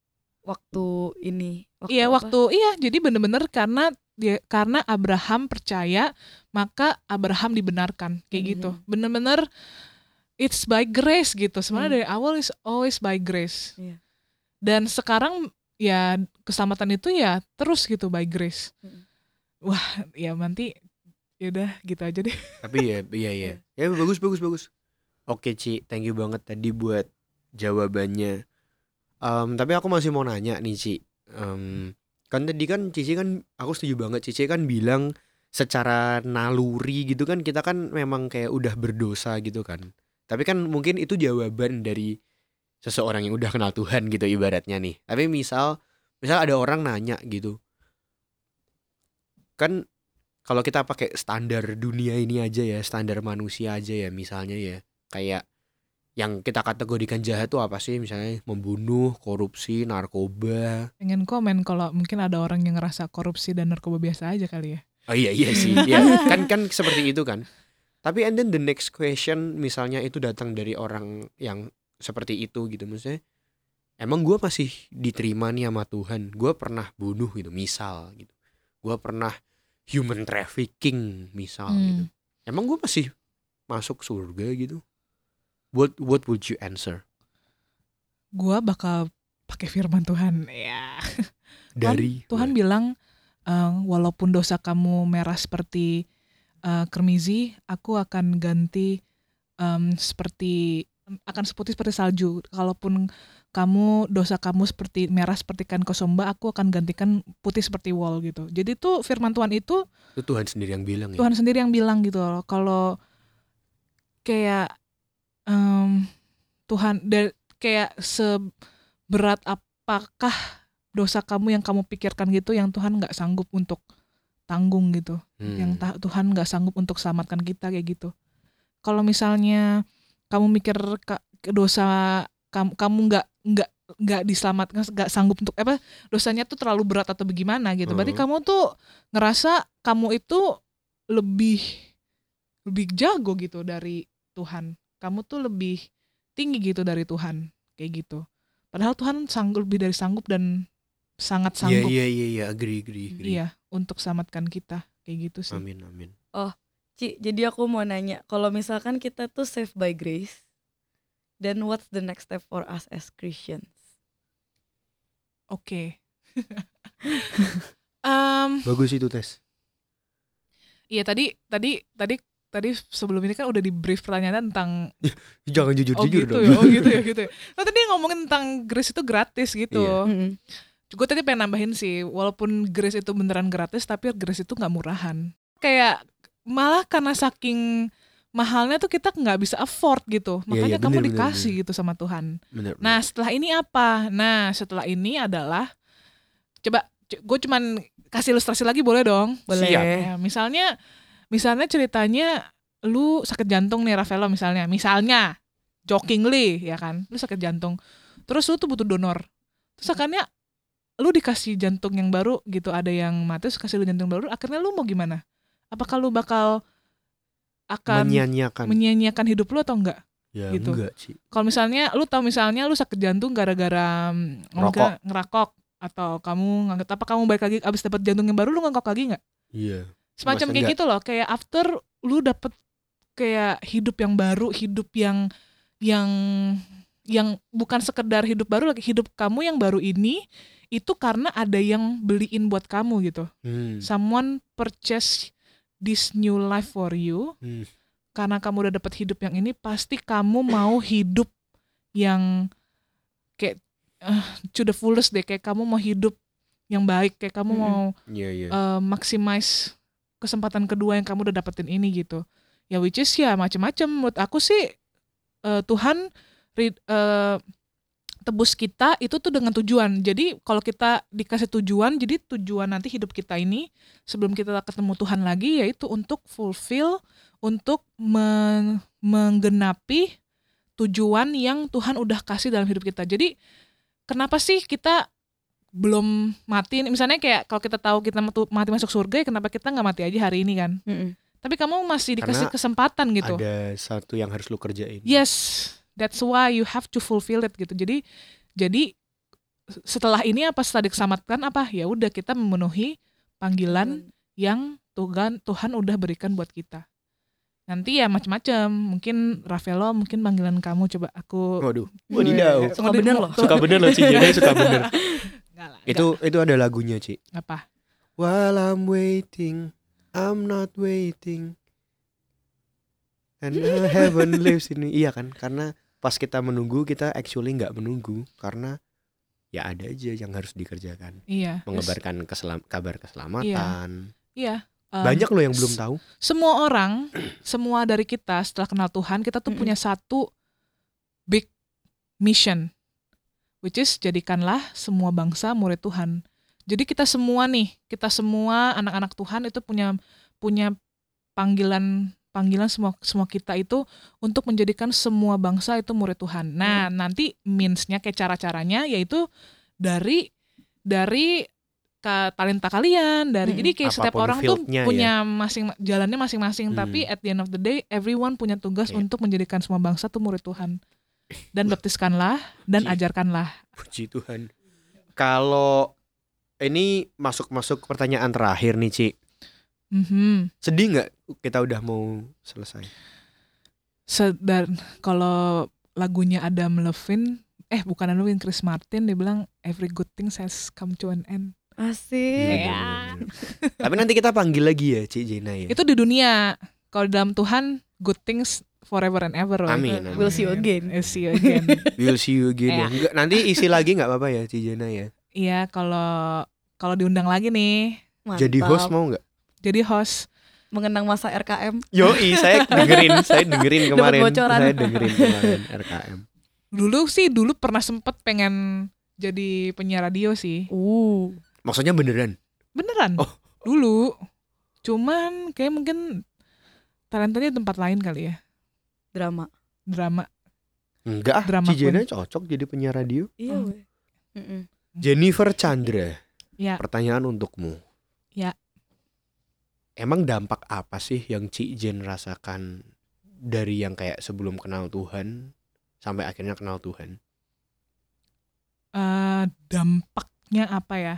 ini. Jadi bener-bener karena Abraham percaya, maka Abraham dibenarkan kayak gitu. Bener-bener it's by grace gitu. Sebenarnya dari awal is always by grace. Dan sekarang ya keselamatan itu ya terus gitu by grace. Wah, ya nanti yaudah gitu aja deh. Tapi iya. Ya bagus. Oke Ci, thank you banget tadi buat jawabannya. Tapi aku masih mau nanya nih Ci. Kan tadi kan Cici kan, aku setuju banget Cici kan bilang secara naluri gitu kan kita kan memang kayak udah berdosa gitu kan. Tapi kan mungkin itu jawaban dari seseorang yang udah kenal Tuhan gitu ibaratnya nih. Tapi misal ada orang nanya gitu. Kan kalau kita pakai standar dunia ini aja ya, standar manusia aja ya misalnya ya. Kayak yang kita kategorikan jahat tuh apa sih? Misalnya membunuh, korupsi, narkoba. Pengen komen kalau mungkin ada orang yang ngerasa korupsi dan narkoba biasa aja kali ya. Oh iya sih. Ya, kan seperti itu kan. Tapi and then the next question misalnya itu datang dari orang yang seperti itu gitu, maksudnya emang gue masih diterima nih sama Tuhan, gue pernah bunuh gitu misal gitu, gue pernah human trafficking misal gitu, emang gue masih masuk surga gitu? What would you answer? Gue bakal pakai firman Tuhan ya. Dari Tuhan bilang walaupun dosa kamu merah seperti kermizi, aku akan ganti akan putih seperti salju. Kalaupun dosa kamu seperti merah seperti ikan kosomba, aku akan gantikan putih seperti wol gitu. Jadi tuh firman Tuhan itu Tuhan sendiri yang bilang ya. Tuhan sendiri yang bilang gitu loh. Kalau kayak Tuhan kayak seberat apakah dosa kamu yang kamu pikirkan gitu, yang Tuhan nggak sanggup untuk tanggung gitu. Yang Tuhan nggak sanggup untuk selamatkan kita kayak gitu. Kalau misalnya kamu mikir dosa kamu nggak diselamatkan, nggak sanggup untuk dosanya tuh terlalu berat atau bagaimana gitu. Berarti kamu tuh ngerasa kamu itu lebih jago gitu dari Tuhan. Kamu tuh lebih tinggi gitu dari Tuhan kayak gitu. Padahal Tuhan lebih dari sanggup dan sangat sanggup. Iya, agree. Iya, untuk selamatkan kita kayak gitu sih. Amin. Oh, Ci, jadi aku mau nanya, kalau misalkan kita tuh saved by grace, then what's the next step for us as Christians? Oke. Bagus itu tes. Iya, tadi sebelum ini kan udah di brief pertanyaan tentang jangan jujur dong. Gitu ya. Nah, tadi ngomongin tentang grace itu gratis gitu. gue tadi pengen nambahin sih, walaupun grace itu beneran gratis, tapi grace itu nggak murahan. Kayak malah karena saking mahalnya tuh kita nggak bisa afford gitu, makanya kamu dikasih gitu sama Tuhan. Nah setelah ini apa? Nah setelah ini adalah, coba gue cuman kasih ilustrasi lagi boleh dong? Boleh. Ya, misalnya ceritanya lu sakit jantung nih Rafaelo misalnya jokingly ya kan, lu sakit jantung, terus lu tuh butuh donor, terus akhirnya lu dikasih jantung yang baru gitu, ada yang mati terus kasih lu jantung baru, akhirnya lu mau gimana? Apakah lu akan menyanyiakan hidup lu atau enggak? Ya gitu. Enggak sih. Kalau misalnya lu sakit jantung gara-gara ngerokok atau kamu nganggap, apa kamu balik lagi abis dapat jantung yang baru lu ngerokok lagi nggak? Iya. Semacam kayak gitu loh, kayak after lu dapet kayak hidup yang baru, hidup yang bukan sekedar hidup baru lagi, hidup kamu yang baru ini itu karena ada yang beliin buat kamu gitu. Someone purchase this new life for you. Karena kamu udah dapet hidup yang ini, pasti kamu mau hidup yang kayak to the fullest deh, kayak kamu mau hidup yang baik, kayak kamu mau maximize kesempatan kedua yang kamu udah dapetin ini gitu. Ya which is ya macam-macam. Menurut aku sih Tuhan tebus kita itu tuh dengan tujuan. Jadi kalau kita dikasih tujuan, jadi tujuan nanti hidup kita ini sebelum kita ketemu Tuhan lagi, yaitu untuk fulfill, untuk menggenapi tujuan yang Tuhan udah kasih dalam hidup kita. Jadi kenapa sih kita belum mati? Misalnya kayak kalau kita tahu kita mati masuk surga, ya kenapa kita nggak mati aja hari ini kan? Tapi kamu masih dikasih kesempatan gitu. Ada satu yang harus lu kerjain. Yes. That's why you have to fulfill it gitu. Jadi setelah ini apa, setelah diselamatkan apa? Ya udah kita memenuhi panggilan yang Tuhan udah berikan buat kita. Nanti ya macam-macam. Mungkin Rafaelo, mungkin panggilan kamu coba aku. Waduh. Wadidaw. Suka bener loh. Suka bener loh Ci. Jadi suka bener. Itu ada lagunya Ci. Apa? While I'm waiting, I'm not waiting. And heaven lives in me. Iya kan? Karena pas kita menunggu, kita actually nggak menunggu, karena ya ada aja yang harus dikerjakan. Iya. Mengabarkan kabar keselamatan. Iya. Banyak loh yang belum tahu. Semua orang, semua dari kita setelah kenal Tuhan, kita tuh punya satu big mission, which is jadikanlah semua bangsa murid Tuhan. Jadi kita semua anak-anak Tuhan itu punya panggilan semua kita itu untuk menjadikan semua bangsa itu murid Tuhan. Nah, nanti means-nya kayak cara-caranya yaitu dari talenta kalian, jadi kayak setiap orang tuh punya jalannya masing-masing, tapi at the end of the day everyone punya tugas untuk menjadikan semua bangsa tuh murid Tuhan. Dan baptiskanlah dan ajarkanlah. Puji Tuhan. Kalau ini masuk pertanyaan terakhir nih, Ci. Sedih nggak kita udah mau selesai? Kalau lagunya Adam Levine, Chris Martin, dia bilang every good thing has come to an end. Asik. Tapi nanti kita panggil lagi ya Ci Jena ya. Itu di dunia. Kalau dalam Tuhan, good things forever and ever. Amin. We'll see you again. We'll see you again. Ya. Nanti isi lagi nggak apa-apa ya Ci Jena ya. Iya, kalau diundang lagi nih. Mantap. Jadi host mau nggak? Jadi host mengenang masa RKM. Yoi, saya dengerin kemarin. Saya dengerin kemarin RKM. Dulu pernah sempet pengen jadi penyiar radio sih. Maksudnya beneran? Beneran. Oh. Dulu. Cuman kayak mungkin talentanya tempat lain kali ya. Drama. Enggak, Cijena cocok jadi penyiar radio. Iya. Jennifer Chandra. Ya. Pertanyaan untukmu. Ya. Emang dampak apa sih yang Ci Jen rasakan dari yang kayak sebelum kenal Tuhan sampai akhirnya kenal Tuhan? Dampaknya apa ya?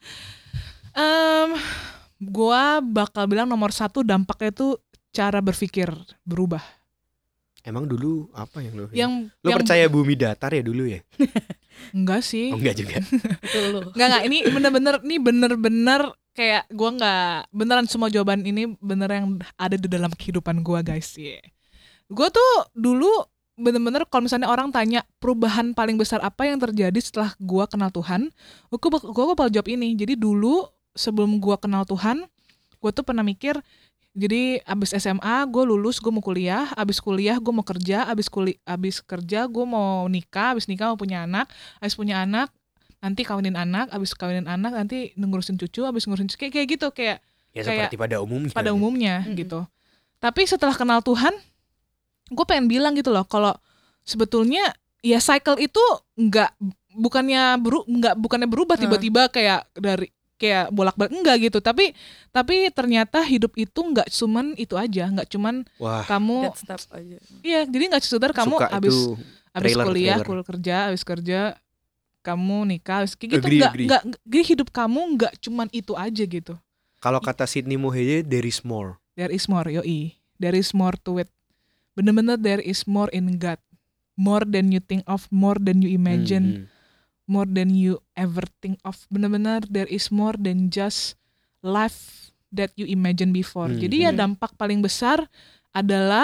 Gua bakal bilang nomor 1 dampaknya itu cara berpikir berubah. Emang dulu apa yang lo percaya bumi datar ya dulu ya? Enggak sih. Oh, enggak juga. Enggak, ini bener-bener kayak gue nggak beneran, semua jawaban ini bener yang ada di dalam kehidupan gue guys. Gue tuh dulu bener-bener kalau misalnya orang tanya perubahan paling besar apa yang terjadi setelah gue kenal Tuhan, gue bakal jawab ini. Jadi dulu sebelum gue kenal Tuhan, gue tuh pernah mikir, jadi abis SMA gue lulus, gue mau kuliah, abis kuliah gue mau kerja, abis kerja gue mau nikah, abis nikah mau punya anak, abis punya anak nanti kawinin anak, abis kawinin anak nanti ngurusin cucu, abis ngurusin cucu, kayak gitu, kayak Ya seperti pada umumnya. Gitu. Tapi setelah kenal Tuhan, gue pengen bilang gitu loh, kalau sebetulnya ya cycle itu bukannya berubah tiba-tiba kayak bolak-balik, enggak gitu. Tapi ternyata hidup itu nggak cuman itu aja, nggak cuman kamu aja. Iya, jadi nggak sekedar kamu abis kuliah, abis kerja kamu nikah, kayak gitu. Nggak, jadi hidup kamu nggak cuman itu aja gitu. Kalau kata Sidney Mohede, there is more. There is more, yoi. There is more to it. Bener-bener there is more in God. More than you think of, more than you imagine, more than you ever think of. Bener-bener there is more than just life that you imagine before. Jadi ya dampak paling besar adalah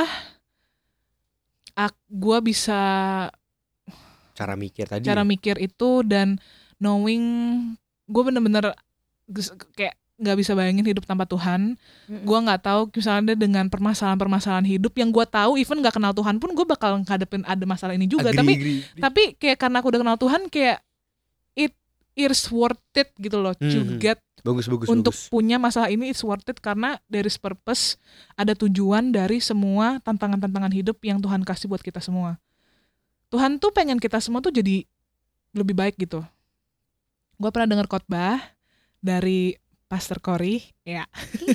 gue bisa cara mikir itu, dan knowing gue bener-bener kayak nggak bisa bayangin hidup tanpa Tuhan. Gue nggak tahu misalnya dengan permasalahan hidup yang gue tahu, even nggak kenal Tuhan pun gue bakal ngadepin ada masalah ini juga. Tapi kayak karena aku udah kenal Tuhan, kayak it is worth it gitu loh, to get bagus untuk punya masalah ini, it's worth it karena there is purpose, ada tujuan dari semua tantangan hidup yang Tuhan kasih buat kita semua. Tuhan tuh pengen kita semua tuh jadi lebih baik gitu. Gue pernah dengar khotbah dari Pastor Cory, ya.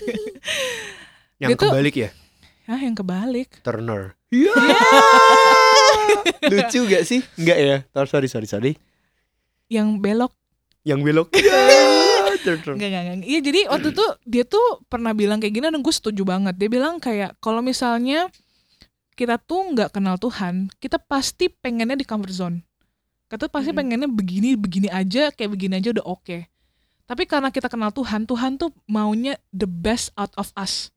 Yang kebalik ya? Yang kebalik. Turner. Yeah. Lucu gak sih? Enggak ya? Sorry. Yang belok. Enggak. Iya, jadi waktu itu dia tuh pernah bilang kayak gini dan gue setuju banget. Dia bilang kayak kalau misalnya kita tuh nggak kenal Tuhan, kita pasti pengennya di comfort zone. Kita pasti pengennya begini aja, kayak begini aja udah oke. Tapi karena kita kenal Tuhan tuh maunya the best out of us.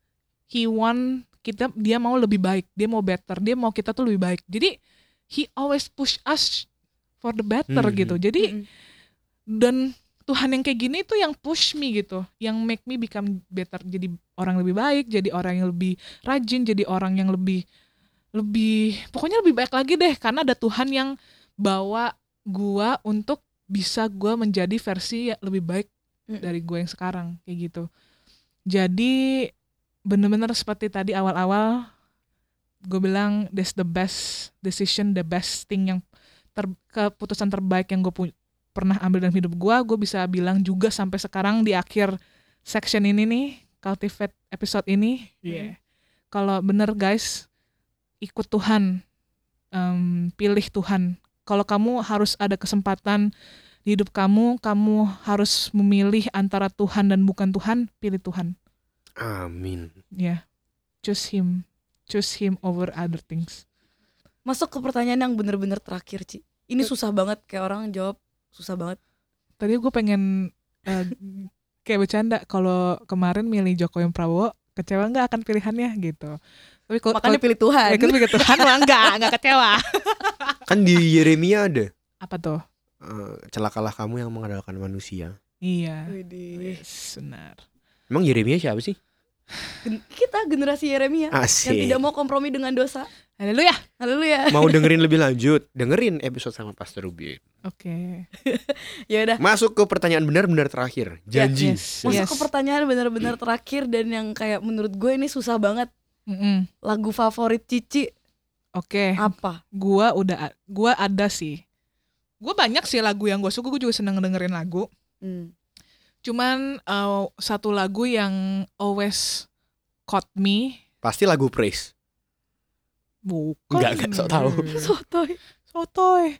Dia mau lebih baik, dia mau better, dia mau kita tuh lebih baik. Jadi he always push us for the better gitu. Jadi dan Tuhan yang kayak gini tuh yang push me gitu, yang make me become better, jadi orang lebih baik, jadi orang yang lebih rajin, jadi orang yang lebih pokoknya lebih baik lagi deh, karena ada Tuhan yang bawa gua untuk bisa gua menjadi versi yang lebih baik dari gua yang sekarang kayak gitu. Jadi benar-benar seperti tadi awal-awal gue bilang, that's the best decision, the best thing, yang keputusan terbaik yang gue pernah ambil dalam hidup gue bisa bilang juga sampai sekarang di akhir section ini nih, Cultivate episode ini. Kalau bener guys, ikut Tuhan, pilih Tuhan. Kalau kamu harus ada kesempatan di hidup kamu harus memilih antara Tuhan dan bukan Tuhan, pilih Tuhan. Amin. Ya, choose him over other things. Masuk ke pertanyaan yang bener-bener terakhir, Ci. Ini susah banget, kayak orang jawab susah banget. Tadi gue pengen kayak bercanda, kalau kemarin milih Jokowi Prabowo, kecewa nggak akan pilihannya gitu. Tapi makanya pilih Tuhan. Ya, pilih Tuhan mah nggak kecewa. Kan di Yeremia ada. Apa tuh? Celakalah kamu yang mengandalkan manusia. Iya. Yes, benar. Emang Yeremia siapa sih? Kita generasi Yeremia yang tidak mau kompromi dengan dosa. Haleluya. Mau dengerin lebih lanjut, dengerin episode sama Pastor Ruby. Oke. Ya udah. Masuk ke pertanyaan benar-benar terakhir. Janji. Masuk ke pertanyaan benar-benar terakhir dan yang kayak menurut gue ini susah banget. Lagu favorit Cici. Oke. Apa? Gua ada sih. Gue banyak sih lagu yang gue suka, gue juga seneng dengerin lagu. Cuman satu lagu yang always caught me. Pasti lagu praise. Bukan. Enggak sok tahu. Sotoy.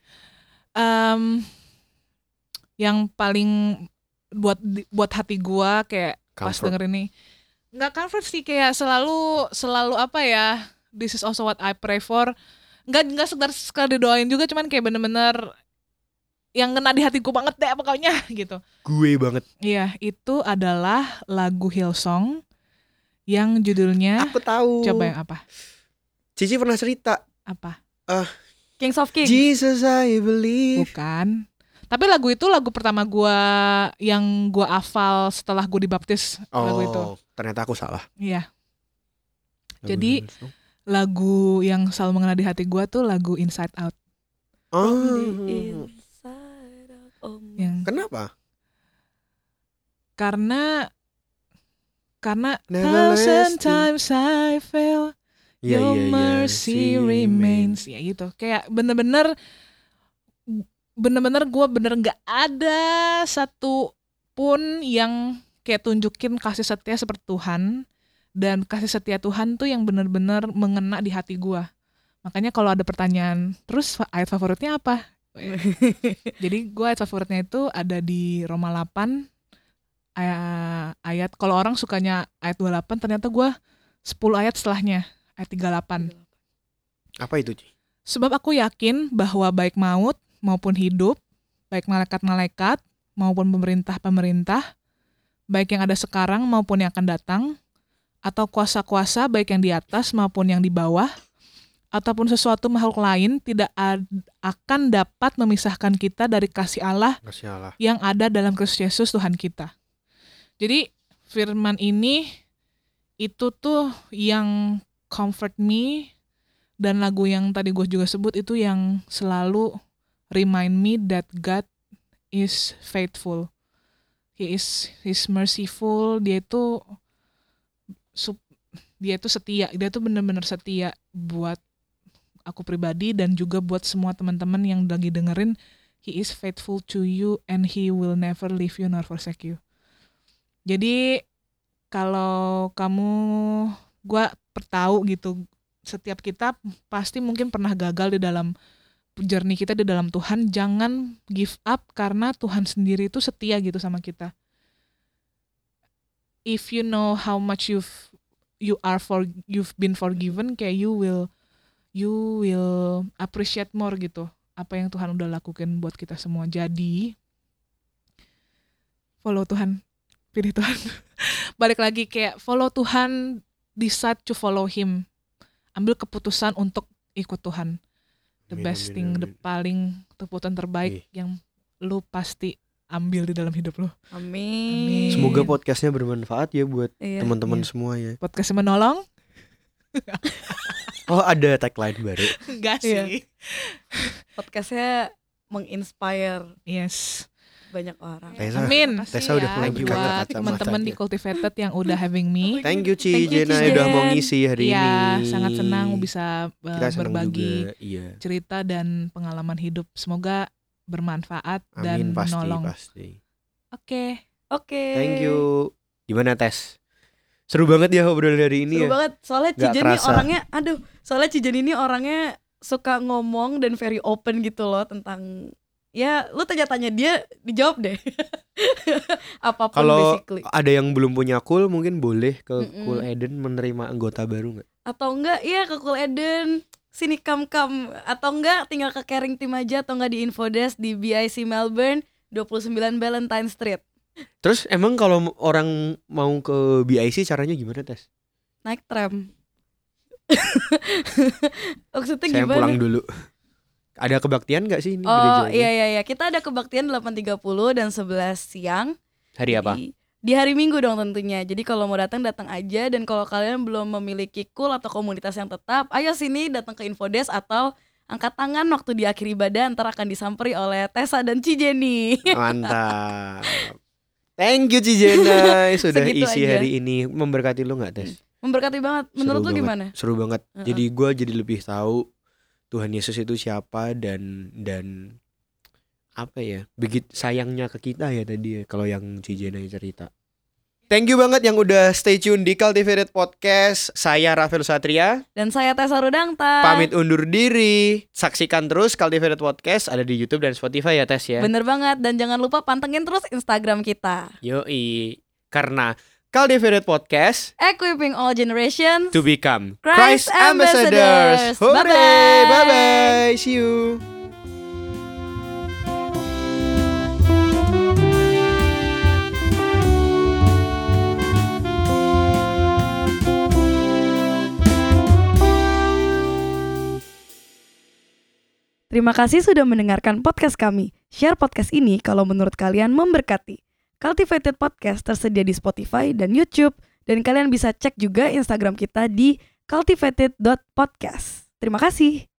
Yang paling buat hati gue kayak comfort. Pas denger ini, nggak comfort sih, kayak selalu apa ya, this is also what I pray for. Nggak sekedar didoain juga, cuman kayak bener-bener yang kena di hatiku banget deh pokoknya gitu. Gue banget. Iya, itu adalah lagu Hillsong yang judulnya. Aku tahu. Coba yang apa? Cici pernah cerita. Apa? Kings of Kings. Jesus I believe. Bukan. Tapi lagu itu lagu pertama gue yang gue hafal setelah gue dibaptis. Lagu itu. Ternyata aku salah. Iya. Jadi lagu yang selalu mengena di hati gue tuh lagu Inside Out. Inside out. Kenapa? Karena Never thousand lasting. times I fail, your mercy remains. Ya gitu. Kayak bener-bener gue gak ada satu pun yang kayak tunjukin kasih setia seperti Tuhan. Dan kasih setia Tuhan tuh yang bener-bener mengena di hati gue. Makanya kalau ada pertanyaan, terus ayat favoritnya apa? Jadi gue ayat favoritnya itu ada di Roma 8 ayat, kalau orang sukanya ayat 28, ternyata gue 10 ayat setelahnya, ayat 38. Apa itu, Ci? Sebab aku yakin bahwa baik maut maupun hidup, baik malaikat-malaikat maupun pemerintah-pemerintah, baik yang ada sekarang maupun yang akan datang, atau kuasa-kuasa baik yang di atas maupun yang di bawah, ataupun sesuatu makhluk lain tidak akan dapat memisahkan kita dari kasih Allah yang ada dalam Kristus Yesus Tuhan kita. Jadi firman ini itu tuh yang comfort me, dan lagu yang tadi gue juga sebut itu yang selalu remind me that God is faithful. He's merciful. Dia itu setia. Dia tuh benar-benar setia buat aku pribadi dan juga buat semua teman-teman yang lagi dengerin. He is faithful to you and he will never leave you nor forsake you. Jadi kalau gue tahu gitu, setiap kita pasti mungkin pernah gagal di dalam journey kita di dalam Tuhan. Jangan give up karena Tuhan sendiri itu setia gitu sama kita. If you know how much you've been forgiven, kayak you will appreciate more gitu apa yang Tuhan udah lakukan buat kita semua. Jadi follow Tuhan. Pilih Tuhan. Balik lagi kayak follow Tuhan, decide to follow Him. Ambil keputusan untuk ikut Tuhan. The best thing, the paling keputusan terbaik yang lu pasti ambil di dalam hidup lu. Amin. Semoga podcastnya bermanfaat ya buat teman-teman semua ya. Podcastnya menolong. Oh, ada tagline baru. Enggak sih. Podcastnya menginspire. Yes. Banyak orang. Amin. Tessa udah mulai buka buat teman-teman di Cultivated yang udah having me. Thank you Ci Jena udah mau ngisi hari ini. Iya, sangat senang bisa berbagi juga, cerita dan pengalaman hidup. Semoga bermanfaat dan menolong. Pasti. Oke. Thank you. Gimana Tess? Seru banget ya obrolan hari ini. Seru banget. Soalnya Cijen ini orangnya suka ngomong dan very open gitu loh tentang. Ya, lu tanya-tanya dia, dijawab deh. Apapun kalau basically. Kalau ada yang belum punya Cool, mungkin boleh ke Cool Eden menerima anggota baru gak? Atau enggak, iya ke Cool Eden, sini come. Atau enggak, tinggal ke Caring Team aja. Atau enggak di Infodesk di BIC Melbourne, 29 Valentine Street. Terus emang kalau orang mau ke BIC caranya gimana, Tes? Naik tram. Maksudnya Saya gimana? pulang dulu. Ada kebaktian gak sih ini? Oh iya, kita ada kebaktian 8.30 dan 11 siang. Hari apa? Di hari Minggu dong tentunya. Jadi kalau mau datang aja. Dan kalau kalian belum memiliki Cool atau komunitas yang tetap, ayo sini datang ke Infodesk atau angkat tangan waktu di akhir ibadah. Ntar akan disamperi oleh Tessa dan Cijeni. Mantap. Thank you Cijena sudah Segitu isi aja. hari ini. Memberkati lu gak, Tes? Memberkati banget. Menurut lu gimana? Seru banget. Jadi gue jadi lebih tahu Tuhan Yesus itu siapa dan apa ya, begitu sayangnya ke kita ya tadi ya, kalau yang Cijena cerita. Thank you banget yang udah stay tune di Cultivated Podcast. Saya Rafael Satria dan saya Tessa Rudangta. Pamit undur diri. Saksikan terus Cultivated Podcast ada di YouTube dan Spotify ya, Tess ya. Bener banget, dan jangan lupa pantengin terus Instagram kita. Yoi, karena Cultivated Podcast, equipping all generations to become Christ Ambassadors. Hooray, Bye-bye. bye-bye, see you. Terima kasih sudah mendengarkan podcast kami. Share podcast ini kalau menurut kalian memberkati. Cultivated Podcast tersedia di Spotify dan YouTube. Dan kalian bisa cek juga Instagram kita di cultivated.podcast. Terima kasih.